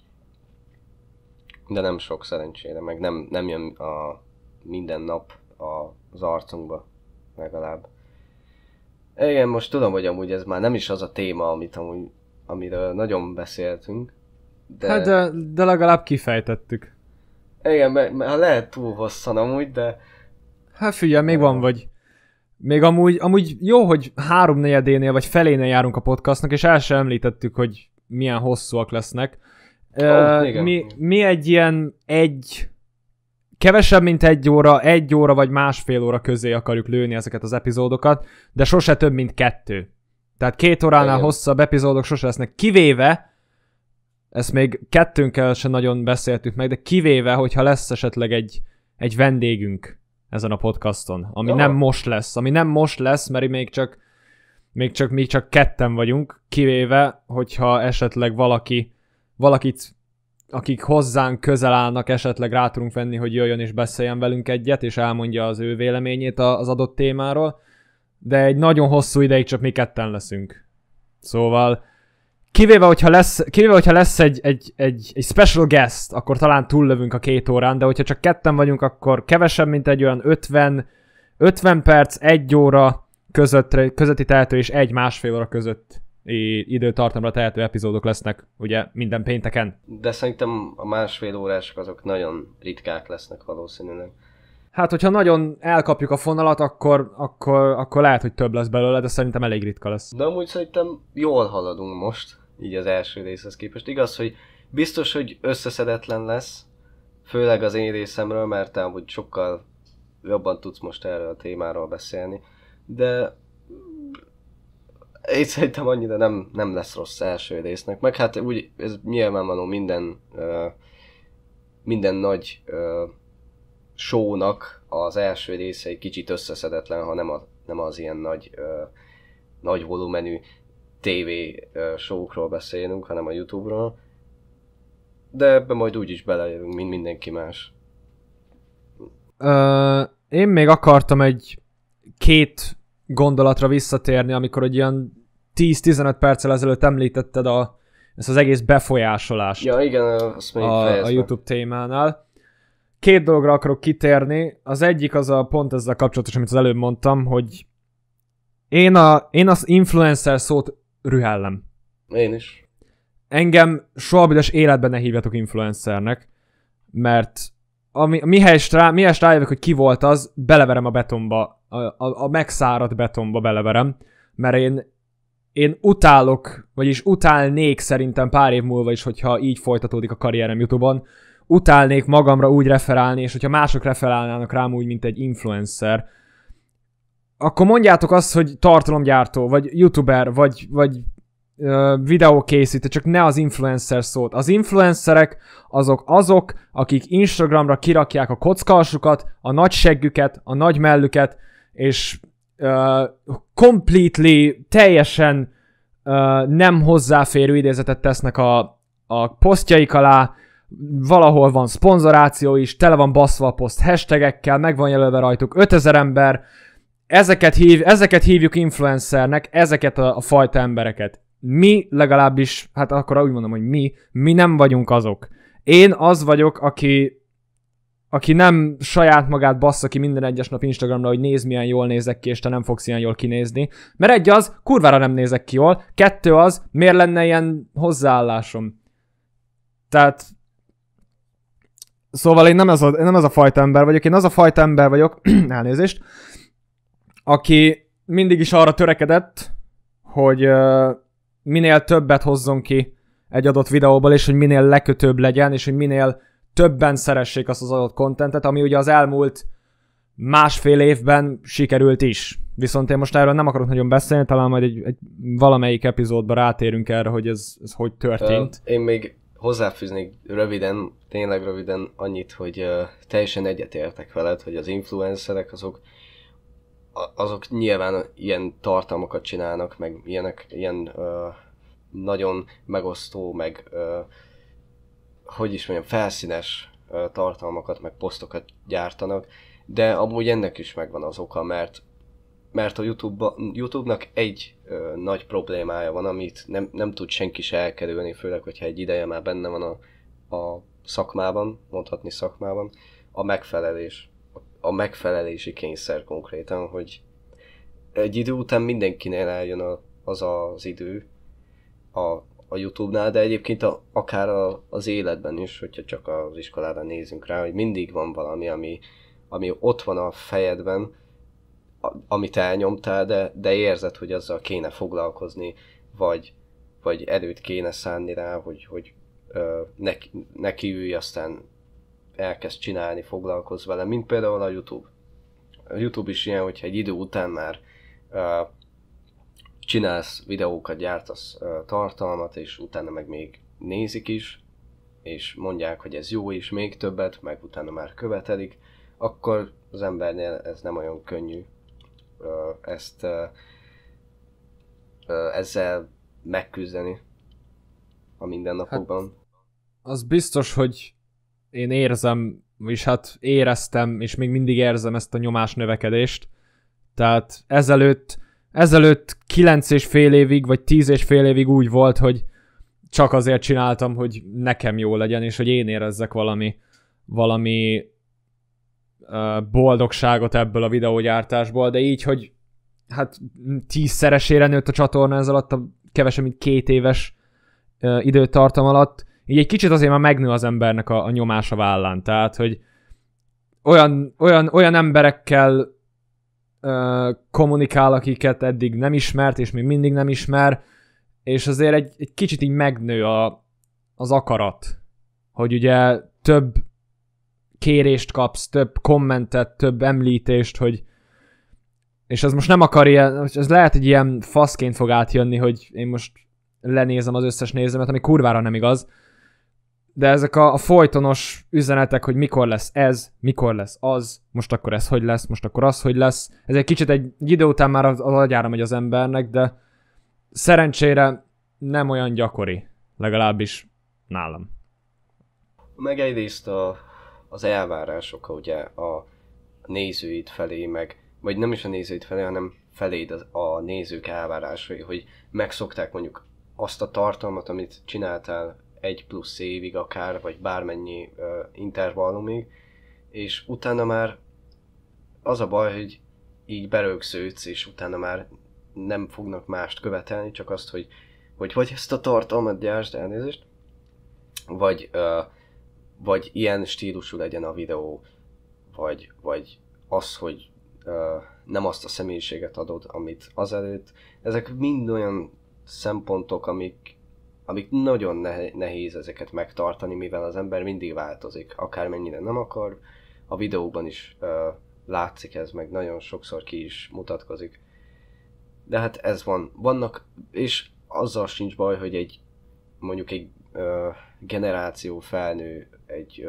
nem sok szerencsére, meg nem jön minden nap az arcunkba legalább. Igen, most tudom, hogy amúgy ez már nem is az a téma, amiről nagyon beszéltünk. Hát de legalább kifejtettük. Igen, mert lehet túl hosszan amúgy, de... Hát figyelj, még van vagy. Még amúgy jó, hogy 3/4-nél vagy felénél járunk a podcastnak, és el sem említettük, hogy milyen hosszúak lesznek. Mi egy ilyen kevesebb, mint 1 óra vagy 1,5 óra közé akarjuk lőni ezeket az epizódokat, de sose több, mint 2. Tehát 2 óránál hosszabb epizódok sose lesznek, kivéve, ezt még kettőnkkel sem nagyon beszéltük meg, de kivéve, hogyha lesz esetleg egy vendégünk ezen a podcaston, ami nem most lesz, mert még csak ketten vagyunk, kivéve, hogyha esetleg valakit, akik hozzánk közel állnak, esetleg rá tudunk venni, hogy jöjjön és beszéljen velünk egyet, és elmondja az ő véleményét az adott témáról, de egy nagyon hosszú ideig csak mi ketten leszünk. Szóval kivéve, hogyha lesz egy special guest, akkor talán túllövünk a 2 órán, de hogyha csak ketten vagyunk, akkor kevesebb, mint egy olyan 50 perc, 1 óra közötti tehető és 1,5 óra között időtartamra tehető epizódok lesznek, ugye minden pénteken. De szerintem a 1,5 órások azok nagyon ritkák lesznek valószínűleg. Hát, hogyha nagyon elkapjuk a fonalat, akkor lehet, hogy több lesz belőle, de szerintem elég ritka lesz. De amúgy szerintem jól haladunk most, így az első részhez képest. Igaz, hogy biztos, hogy összeszedetlen lesz, főleg az én részemről, mert te amúgy sokkal jobban tudsz most erről a témáról beszélni, de én szerintem annyira nem lesz rossz első résznek, meg hát úgy, ez nyilvánvaló minden nagy show-nak az első része egy kicsit összeszedetlen, ha nem az ilyen nagy volumenű TV show-król beszélünk, hanem a YouTube-ról. De ebbe majd úgyis belejövünk, mint mindenki más. Én még akartam 2 gondolatra visszatérni, amikor egy ilyen 10-15 perccel ezelőtt említetted ezt az egész befolyásolást. Ja, igen, azt még a YouTube témánál. 2 dologra akarok kitérni. Az egyik az pont ezzel kapcsolatos, amit az előbb mondtam, hogy én az influencer szót rühellem. Én is. Engem soha büdös életben ne hívjatok influencernek, mert mihez rájövök, hogy ki volt az, beleverem a betonba, a megszáradt betonba beleverem, mert én utálok, vagyis utálnék szerintem pár év múlva is, hogyha így folytatódik a karrierem YouTube-on, utálnék magamra úgy referálni, és hogyha mások referálnának rám úgy, mint egy influencer, akkor mondjátok azt, hogy tartalomgyártó, vagy youtuber, vagy videókészítő, csak ne az influencer szót. Az influencerek azok, akik Instagramra kirakják a kockalsukat, a nagy seggüket, a nagy mellüket, és teljesen nem hozzáférő idézetet tesznek a posztjaik alá, valahol van szponzoráció is, tele van baszva a poszt hashtagekkel, meg van jelölve rajtuk 5000 ember, ezeket hívjuk influencernek, ezeket a fajta embereket. Mi legalábbis, hát akkor úgy mondom, hogy mi nem vagyunk azok. Én az vagyok, aki nem saját magát bassza ki minden egyes nap Instagramra, hogy nézd milyen jól nézek ki, és te nem fogsz ilyen jól kinézni. Mert egy az, kurvára nem nézek ki jól, 2 az, miért lenne ilyen hozzáállásom. Tehát szóval én nem az a fajta ember vagyok, én az a fajta ember vagyok, elnézést, aki mindig is arra törekedett, hogy minél többet hozzon ki egy adott videóból, és hogy minél lekötőbb legyen, és hogy minél többen szeressék azt az adott contentet, ami ugye az elmúlt 1,5 évben sikerült is. Viszont én most erről nem akarok nagyon beszélni, talán majd egy valamelyik epizódban rátérünk erre, hogy ez hogy történt. Én még hozzáfűznék tényleg röviden annyit, hogy teljesen egyetértek veled, hogy az influencerek azok nyilván ilyen tartalmakat csinálnak, meg ilyen nagyon megosztó, meg hogy is mondjam, felszínes tartalmakat, meg posztokat gyártanak. De amúgy ennek is megvan az oka, mert a YouTube-nak egy nagy problémája van, amit nem tud senki se elkerülni, főleg, hogyha egy ideje már benne van a szakmában, mondhatni szakmában, a megfelelés. A megfelelési kényszer konkrétan, hogy egy idő után mindenkinél eljön az idő a YouTube-nál, de egyébként akár az életben is, hogyha csak az iskolában nézünk rá, hogy mindig van valami, ami ott van a fejedben, amit elnyomtál, de érzed, hogy azzal kéne foglalkozni, vagy erőt kéne szánni rá, hogy neki ülj, aztán elkezd csinálni, foglalkozz vele, mint például a YouTube. A YouTube is ilyen, hogyha egy idő után már csinálsz videókat, gyártasz tartalmat, és utána meg még nézik is, és mondják, hogy ez jó, és még többet, meg utána már követelik, akkor az embernél ez nem olyan könnyű ezzel megküzdeni a mindennapokban. Hát, az biztos, hogy én érzem, és hát éreztem, és még mindig érzem ezt a nyomás növekedést. Tehát ezelőtt 9,5 évig, vagy 10,5 évig úgy volt, hogy csak azért csináltam, hogy nekem jó legyen, és hogy én érezzek valami boldogságot ebből a videógyártásból, de így, hogy hát 10-szeresére nőtt a csatorna ez alatt a kevesebb, mint 2 éves időtartam alatt, így egy kicsit azért már megnő az embernek a nyomás a vállán, tehát, hogy olyan emberekkel kommunikál, akiket eddig nem ismert, és még mindig nem ismer, és azért egy kicsit így megnő az akarat, hogy ugye több kérést kapsz, több kommentet, több említést, hogy és ez most nem akar ilyen, ez lehet, hogy ilyen faszként fog átjönni, hogy én most lenézem az összes nézőmet, ami kurvára nem igaz, de ezek a folytonos üzenetek, hogy mikor lesz ez, mikor lesz az, most akkor ez hogy lesz, most akkor az hogy lesz, ez egy kicsit egy idő után már az agyára megy az embernek, de szerencsére nem olyan gyakori, legalábbis nálam. Meg egyrészt az elvárások ugye a nézőid felé, vagy nem is a nézőid felé, hanem feléd a nézők elvárásai, hogy megszokták mondjuk azt a tartalmat, amit csináltál 1+ évig akár, vagy bármennyi intervallumig, és utána már az a baj, hogy így berögződsz, és utána már nem fognak mást követelni, csak azt, hogy ezt a tartalmat gyártsd, elnézést, vagy ilyen stílusú legyen a videó, vagy az, hogy nem azt a személyiséget adod, amit azelőtt. Ezek mind olyan szempontok, amik nagyon nehéz ezeket megtartani, mivel az ember mindig változik, akármennyire nem akar. A videóban is látszik ez, meg nagyon sokszor ki is mutatkozik. De hát ez van. Vannak, és azzal sincs baj, hogy mondjuk egy generáció felnő egy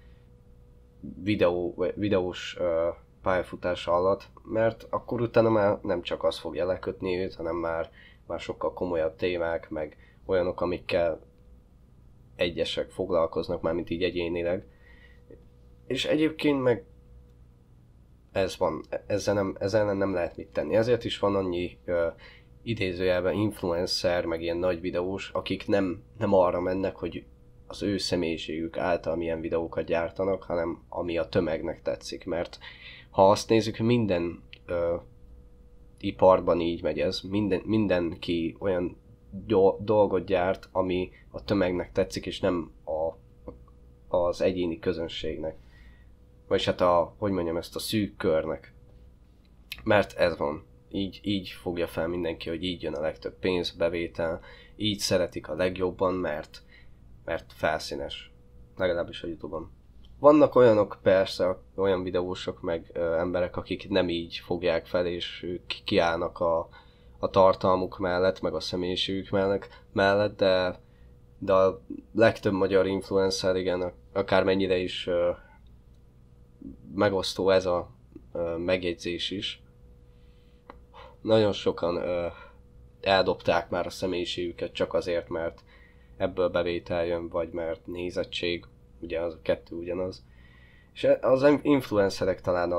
videós pályafutása alatt, mert akkor utána már nem csak az fogja lekötni őt, hanem már sokkal komolyabb témák, meg olyanok, amikkel egyesek foglalkoznak, már mint így egyénileg. És egyébként meg ez van, ezzel nem lehet mit tenni. Ezért is van annyi idézőjelben influencer, meg ilyen nagy videós, akik nem arra mennek, hogy az ő személyiségük által milyen videókat gyártanak, hanem ami a tömegnek tetszik, mert ha azt nézzük, hogy minden iparban így megy ez, mindenki olyan dolgot gyárt, ami a tömegnek tetszik, és nem az egyéni közönségnek. Vagyis hát ezt a szűk körnek. Mert ez van. Így fogja fel mindenki, hogy így jön a legtöbb pénzbevétel, így szeretik a legjobban, mert felszínes. Legalábbis a YouTube-on. Vannak olyanok persze, olyan videósok meg emberek, akik nem így fogják fel, és ők kiállnak a tartalmuk mellett, meg a személyiségük mellett, de a legtöbb magyar influencer, igen, akármennyire is megosztó ez a megjegyzés is. Nagyon sokan eldobták már a személyiségüket csak azért, mert ebből bevétel jön, vagy mert nézettség, ugye az a kettő ugyanaz. És az influencerek talán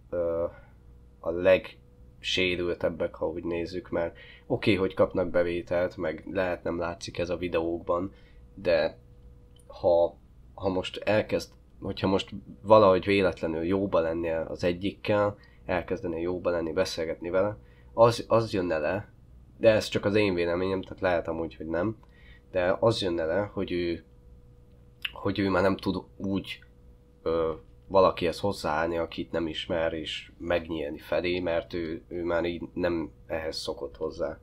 a legsérültebbek, ha úgy nézzük, mert oké, hogy kapnak bevételt, meg lehet nem látszik ez a videókban, de ha most hogyha most valahogy véletlenül jóba lennél az egyikkel, elkezdenél jóba lenni, beszélgetni vele, az jönne le, de ez csak az én véleményem, tehát lehet amúgy, hogy nem, de az jönne le, hogy ő már nem tud úgy valakihez hozzáállni, akit nem ismer, és megnyílni felé, mert ő már így nem ehhez szokott hozzá.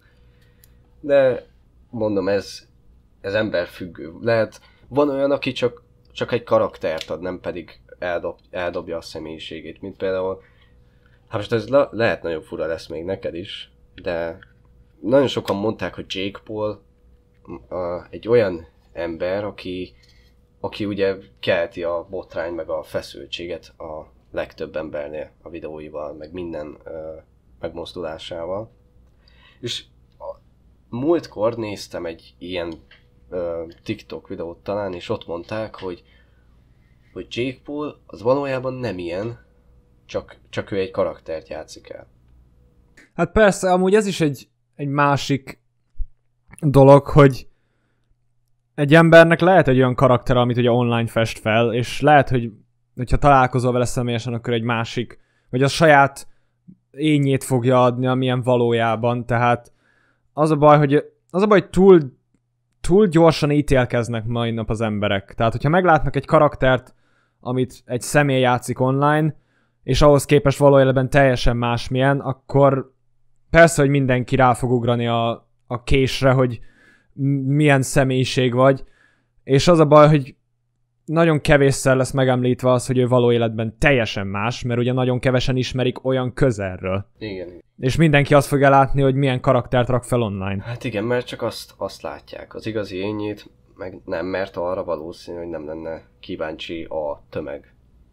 De mondom, ez emberfüggő. Lehet, van olyan, aki csak egy karaktert ad, nem pedig eldobja a személyiségét, mint például, hát most ez lehet nagyon fura lesz még neked is, de nagyon sokan mondták, hogy Jake Paul egy olyan ember, aki ugye kelti a botrány meg a feszültséget a legtöbb embernél a videóival, meg minden megmozdulásával. És múltkor néztem egy ilyen TikTok videót talán, és ott mondták, hogy Jake Paul az valójában nem ilyen, csak ő egy karaktert játszik el. Hát persze, amúgy ez is egy másik dolog, hogy egy embernek lehet egy olyan karakter, amit ugye online fest fel, és lehet, hogyha találkozol vele személyesen, akkor egy másik, vagy a saját ényét fogja adni, amilyen valójában, tehát az a baj, hogy túl gyorsan ítélkeznek mai nap az emberek. Tehát, hogyha meglátnak egy karaktert, amit egy személy játszik online, és ahhoz képest valójában teljesen másmilyen, akkor persze, hogy mindenki rá fog ugrani a késre, hogy milyen személyiség vagy, és az a baj, hogy nagyon kevésszer lesz megemlítve az, hogy ő való életben teljesen más, mert ugye nagyon kevesen ismerik olyan közelről. Igen. És mindenki azt fogja látni, hogy milyen karaktert rak fel online. Hát igen, mert csak azt látják. Az igazi ényét meg nem, mert arra valószínű, hogy nem lenne kíváncsi a tömeg.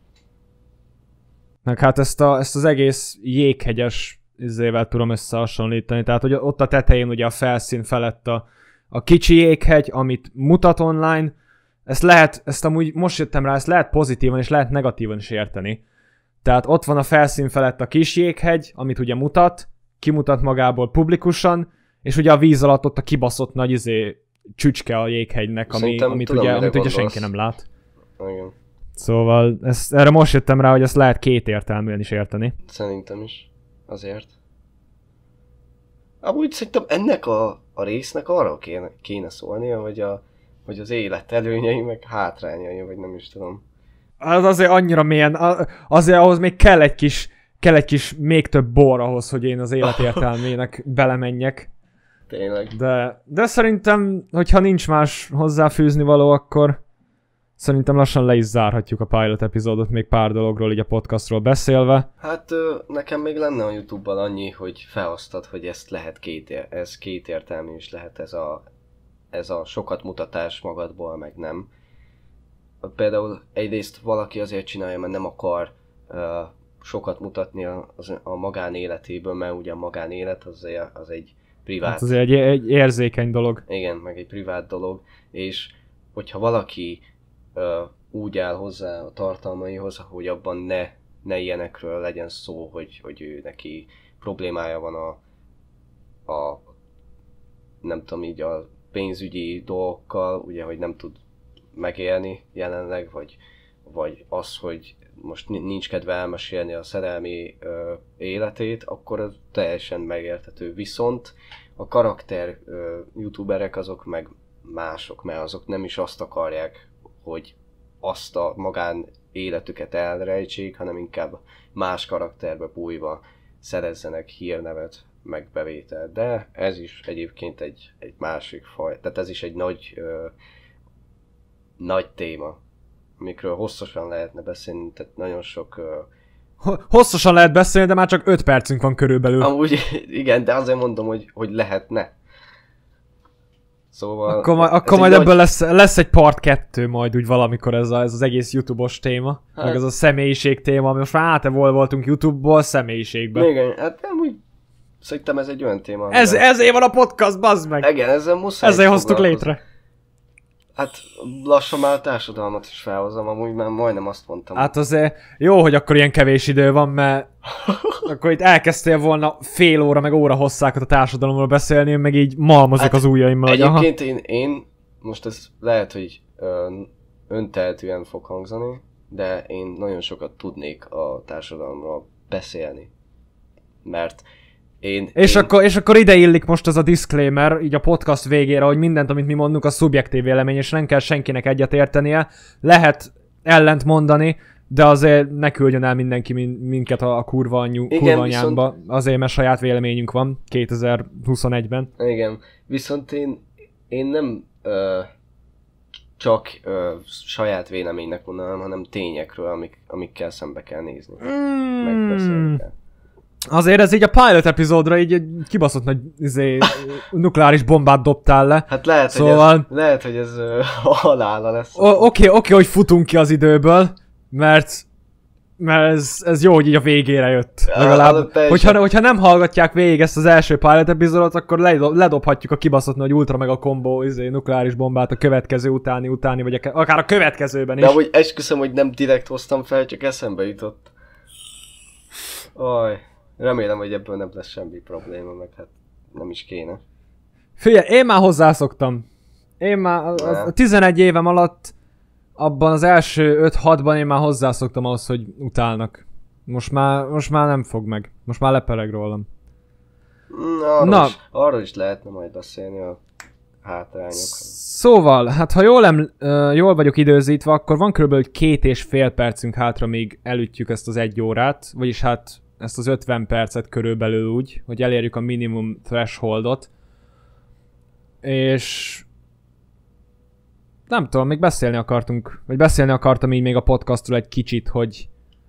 Meg hát ezt az egész jéghegyes izével tudom összehasonlítani. Tehát, hogy ott a tetején ugye a felszín felett a kicsi jéghegy, amit mutat online, ezt amúgy most jöttem rá, ezt lehet pozitívan és lehet negatívan is érteni. Tehát ott van a felszín felett a kis jéghegy, amit ugye kimutat magából publikusan, és ugye a víz alatt ott a kibaszott nagy csücske a jéghegynek, amit ugye senki nem lát. Igen. Szóval erre most jöttem rá, hogy ezt lehet két értelműen is érteni. Szerintem is. Azért. Amúgy szerintem ennek a résznek arra kéne szólnia, hogy az élet előnyei, meg hátrányai, vagy nem is tudom. Az azért annyira mélyen, azért ahhoz még kell egy kis még több bor ahhoz, hogy én az élet értelmének belemenjek. Tényleg. De szerintem, hogyha nincs más hozzáfűzni való, akkor szerintem lassan le is zárhatjuk a pilot epizódot, még pár dologról így a podcastról beszélve. Hát nekem még lenne a YouTube-ban annyi, hogy felosztad, hogy ezt lehet ez kétértelmű is lehet ez a sokat mutatás magadból, meg nem. Például egyrészt valaki azért csinálja, mert nem akar sokat mutatni a magánéletéből, mert ugye a magánélet az egy privát... Hát az egy érzékeny dolog. Igen, meg egy privát dolog, és hogyha valaki úgy áll hozzá a tartalmaihoz, hogy abban ne ilyenekről legyen szó, hogy ő neki problémája van a nem tudom így a pénzügyi dolgokkal, ugye, hogy nem tud megélni jelenleg, vagy az, hogy most nincs kedve elmesélni a szerelmi életét, akkor az teljesen megérthető. Viszont a karakter youtuberek azok meg mások, mert azok nem is azt akarják, hogy azt a magán életüket elrejtsék, hanem inkább más karakterbe bújva szerezzenek hírnevet, meg bevételt. De ez is egyébként egy másik faj, tehát ez is egy nagy téma, amikről hosszasan lehetne beszélni, tehát nagyon sok... Hosszasan lehet beszélni, de már csak 5 percünk van körülbelül. Amúgy igen, de azért mondom, hogy lehetne. Szóval... Akkor majd ebből lesz egy part 2 majd úgy valamikor ez az egész YouTube-os téma, hát, meg ez a személyiség téma, ami most már átevolvoltunk YouTube-ból személyiségbe. Igen, hát amúgy szerintem ez egy olyan téma. Ezért van a podcast, bazd meg! Igen, ezzel muszáj ezért hoztuk létre. Hát lassan már a társadalmat is felhozom, amúgy már majdnem azt mondtam. Hát azért jó, hogy akkor ilyen kevés idő van, mert akkor itt elkezdtél volna fél óra, meg óra hosszákat a társadalomról beszélni, én meg így malmozok hát az ujjaimmal. Egyébként én most ez lehet, hogy öntehetően fog hangzani, de én nagyon sokat tudnék a társadalomról beszélni. Mert és akkor ide illik most az a disclaimer, így a podcast végére, hogy mindent, amit mi mondunk, a szubjektív vélemény, és nem kell senkinek egyet értenie. Lehet ellent mondani, de azért ne küldjön el mindenki minket a kurva anyánkba, azért, mert saját véleményünk van 2021-ben. Igen, viszont én nem csak saját véleménynek mondanám, hanem tényekről, amikkel szembe kell nézni. Megbeszélni kell. Azért ez így a pilot epizódra így egy kibaszott nagy nukleáris bombát dobtál le. Hát lehet, hogy ez halála lesz. Oké, hogy futunk ki az időből, mert ez jó, hogy így a végére jött. Legalább, hogyha nem hallgatják végig ezt az első pilot epizódot, akkor ledobhatjuk a kibaszott nagy ultra meg a kombó nukleáris bombát a következő utáni, vagy akár a következőben is. De amúgy esküszöm, hogy nem direkt hoztam fel, csak eszembe jutott. Remélem, hogy ebből nem lesz semmi probléma, meg hát nem is kéne. Figyelj, én már hozzászoktam. Én már a 11 évem alatt, abban az első 5-6-ban én már hozzászoktam ahhoz, hogy utálnak. Most már nem fog meg. Most már lepereg rólam. Arról is lehetne majd beszélni a hátrányokról. Szóval, hát ha jól vagyok időzítve, akkor van kb. 2,5 percünk hátra, még elütjük ezt az 1 órát, vagyis hát ezt az 50 percet körülbelül úgy, hogy elérjük a minimum thresholdot. És nem tudom, még beszélni akartam így még a podcastról egy kicsit, hogy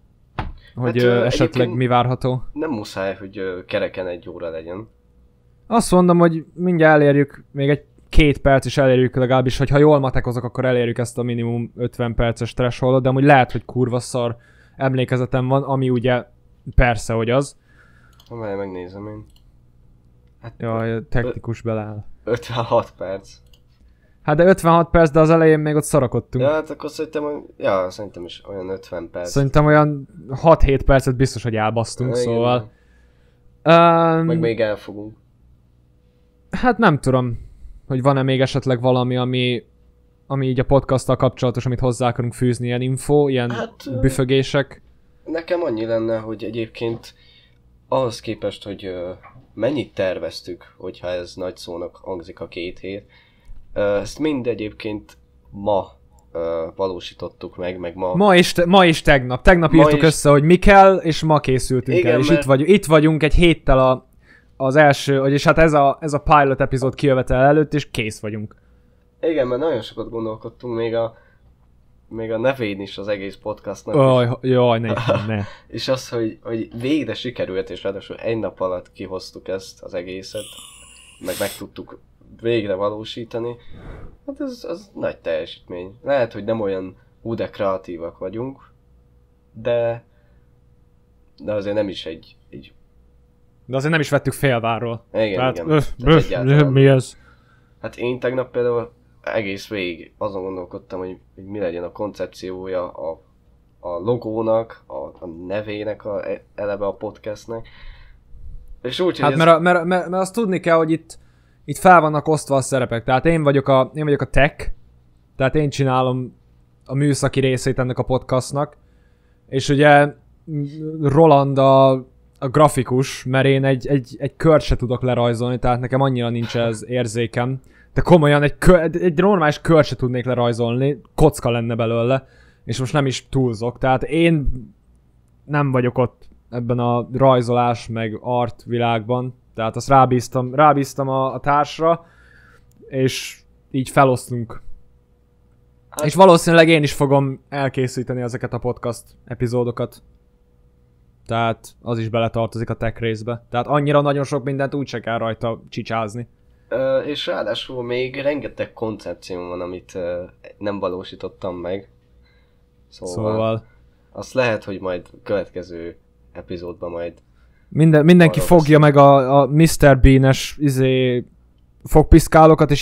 esetleg mi várható. Nem muszáj, hogy kereken 1 óra legyen. Azt mondom, hogy mindjárt elérjük, még egy 2 perc is elérjük legalábbis, hogy ha jól matekozok, akkor elérjük ezt a minimum 50 perces thresholdot, de amúgy lehet, hogy kurva szar emlékezetem van, ami ugye persze, hogy az. Amely megnézem én. Hát, jaj, technikus beleáll. 56 perc. Hát de 56 perc, de az elején még ott szarakodtunk. Ja, hát akkor szerintem is olyan 50 perc. Szerintem olyan 6-7 percet biztos, hogy elbasztunk, igen, szóval. Meg még elfogunk. Hát nem tudom, hogy van-e még esetleg valami, ami így a podcasttal kapcsolatos, amit hozzá akarunk fűzni, ilyen info, ilyen büfögések. Nekem annyi lenne, hogy egyébként ahhoz képest, hogy mennyit terveztük, hogyha ez nagy szónak hangzik a 2 hét, ezt mind egyébként ma valósítottuk meg ma. Ma is tegnap. Tegnap írtuk össze, hogy mi kell, és ma készültünk el. És itt vagyunk egy héttel az első, vagyis hát ez a pilot epizód kijövetel előtt, és kész vagyunk. Igen, mert nagyon sokat gondolkodtunk, még a nevén is az egész podcastnak. Jaj, ne. És az, hogy végre sikerült, és ráadásul 1 nap alatt kihoztuk ezt az egészet, meg tudtuk végre valósítani. Hát az nagy teljesítmény. Lehet, hogy nem olyan de kreatívak vagyunk, de azért nem is egy... De azért nem is vettük félvárról. Igen. Mi ez? Hát én tegnap például egész végig azon gondolkodtam, hogy mi legyen a koncepciója a logónak, a nevének, eleve a podcastnek. És úgy, hát mert azt tudni kell, hogy itt fel vannak osztva a szerepek. Tehát én vagyok a tech, tehát én csinálom a műszaki részét ennek a podcastnak, és ugye Roland a grafikus, mert én egy kört se tudok lerajzolni, tehát nekem annyira nincs ez érzékem. De komolyan egy normális kört se tudnék lerajzolni, kocka lenne belőle, és most nem is túlzok, tehát én nem vagyok ott ebben a rajzolás meg art világban, tehát azt rábíztam a társra, és így felosztunk. Hát, és valószínűleg én is fogom elkészíteni ezeket a podcast epizódokat. Tehát az is beletartozik a tech részbe. Tehát annyira nagyon sok mindent úgyse kell rajta csicsázni. És ráadásul még rengeteg koncepció van, amit nem valósítottam meg. Szóval azt lehet, hogy majd következő epizódban majd... Mindenki fogja meg a Mr. Bean-es fogpiszkálókat, és így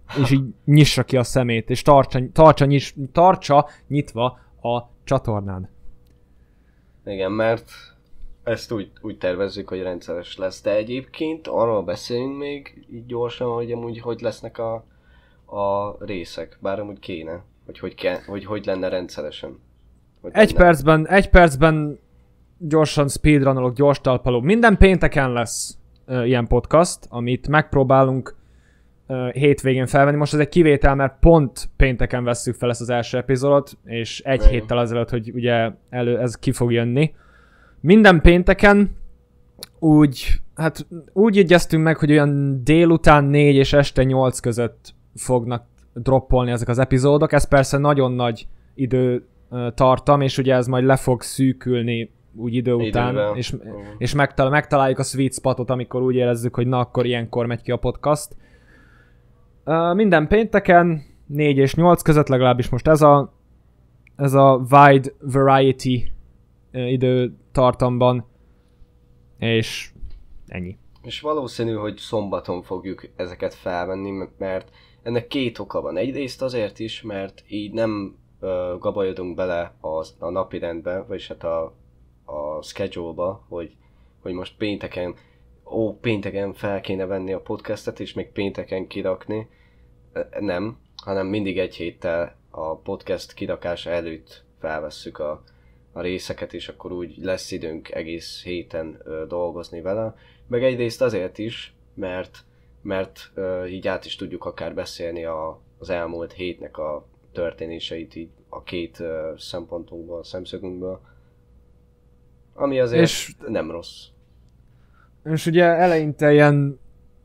és így nyissa ki a szemét, és tartsa nyitva a csatornán. Igen, mert ezt úgy tervezzük, hogy rendszeres lesz, de egyébként arról beszélünk még így gyorsan, hogy amúgy hogy lesznek a részek, bár amúgy kéne, hogy lenne rendszeresen. Egy percben gyorsan speedrunolok, gyors talpaló. Minden pénteken lesz ilyen podcast, amit megpróbálunk hétvégén felvenni. Most ez egy kivétel, mert pont pénteken vesszük fel ezt az első epizódot, és egy héttel azelőtt, hogy ugye ez ki fog jönni. Minden pénteken úgy egyeztünk meg, hogy olyan délután 4 és este 8 között fognak droppolni ezek az epizódok. Ez persze nagyon nagy idő tartam, és ugye ez majd le fog szűkülni úgy idő után, és megtaláljuk a sweet spotot, amikor úgy érezzük, hogy na akkor ilyenkor megy ki a podcast. Minden pénteken 4 és 8 között, legalábbis most ez a wide variety időtartamban, és ennyi. És valószínű, hogy szombaton fogjuk ezeket felvenni, mert ennek két oka van. Egyrészt azért is, mert így nem gabajodunk bele a napirendbe, vagyis hát a schedule-ba, hogy most pénteken fel kéne venni a podcastet, és még pénteken kirakni. Nem, hanem mindig egy héttel a podcast kirakása előtt felvesszük a részeket, és akkor úgy lesz időnk egész héten dolgozni vele. Meg egyrészt azért is, mert így át is tudjuk akár beszélni az elmúlt hétnek a történéseit így a két szempontunkból, szemszögünkből. Ami azért és nem rossz. És ugye eleinte ilyen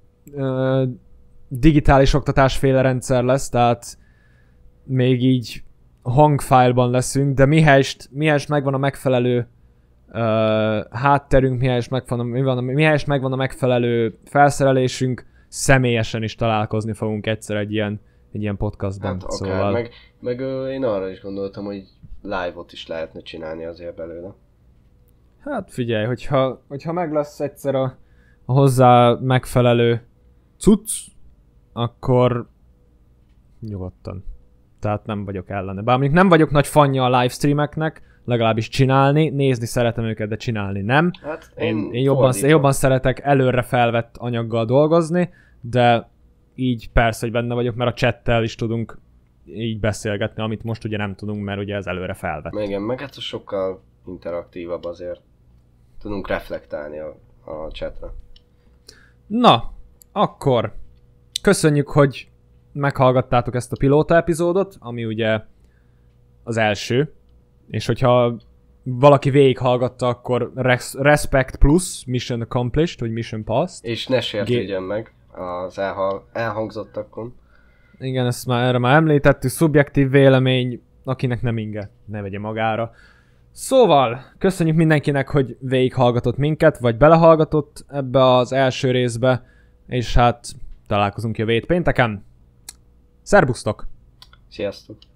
digitális oktatásféle rendszer lesz, tehát még így hangfájlban leszünk, de mihelyest megvan a megfelelő hátterünk, mihelyest megvan a megfelelő felszerelésünk, személyesen is találkozni fogunk egyszer egy ilyen podcastban. Hát akár, szóval... meg én arra is gondoltam, hogy live-ot is lehetne csinálni azért belőle. Hát figyelj, hogyha meg lesz egyszer a hozzá megfelelő cucc, akkor nyugodtan. Tehát nem vagyok ellene. Bár mondjuk nem vagyok nagy fanja a livestreameknek, legalábbis csinálni, nézni szeretem őket, de csinálni nem. Hát én jobban szeretek előre felvett anyaggal dolgozni, de így persze, hogy benne vagyok, mert a chattel is tudunk így beszélgetni, amit most ugye nem tudunk, mert ugye ez előre felvett. Igen, meg hát sokkal interaktívabb azért. Tudunk reflektálni a chatre. Na, akkor köszönjük, hogy meghallgattátok ezt a pilóta epizódot, ami ugye az első, és hogyha valaki végighallgatta, akkor respect plus, mission accomplished, vagy mission passed. És ne sértődjön meg az elhangzottakon. Igen, ezt erre már említettük, szubjektív vélemény, akinek nem inge, ne vegye magára. Szóval, köszönjük mindenkinek, hogy végighallgatott minket, vagy belehallgatott ebbe az első részbe, és hát találkozunk jövő pénteken. Szerbusztok! Sziasztok!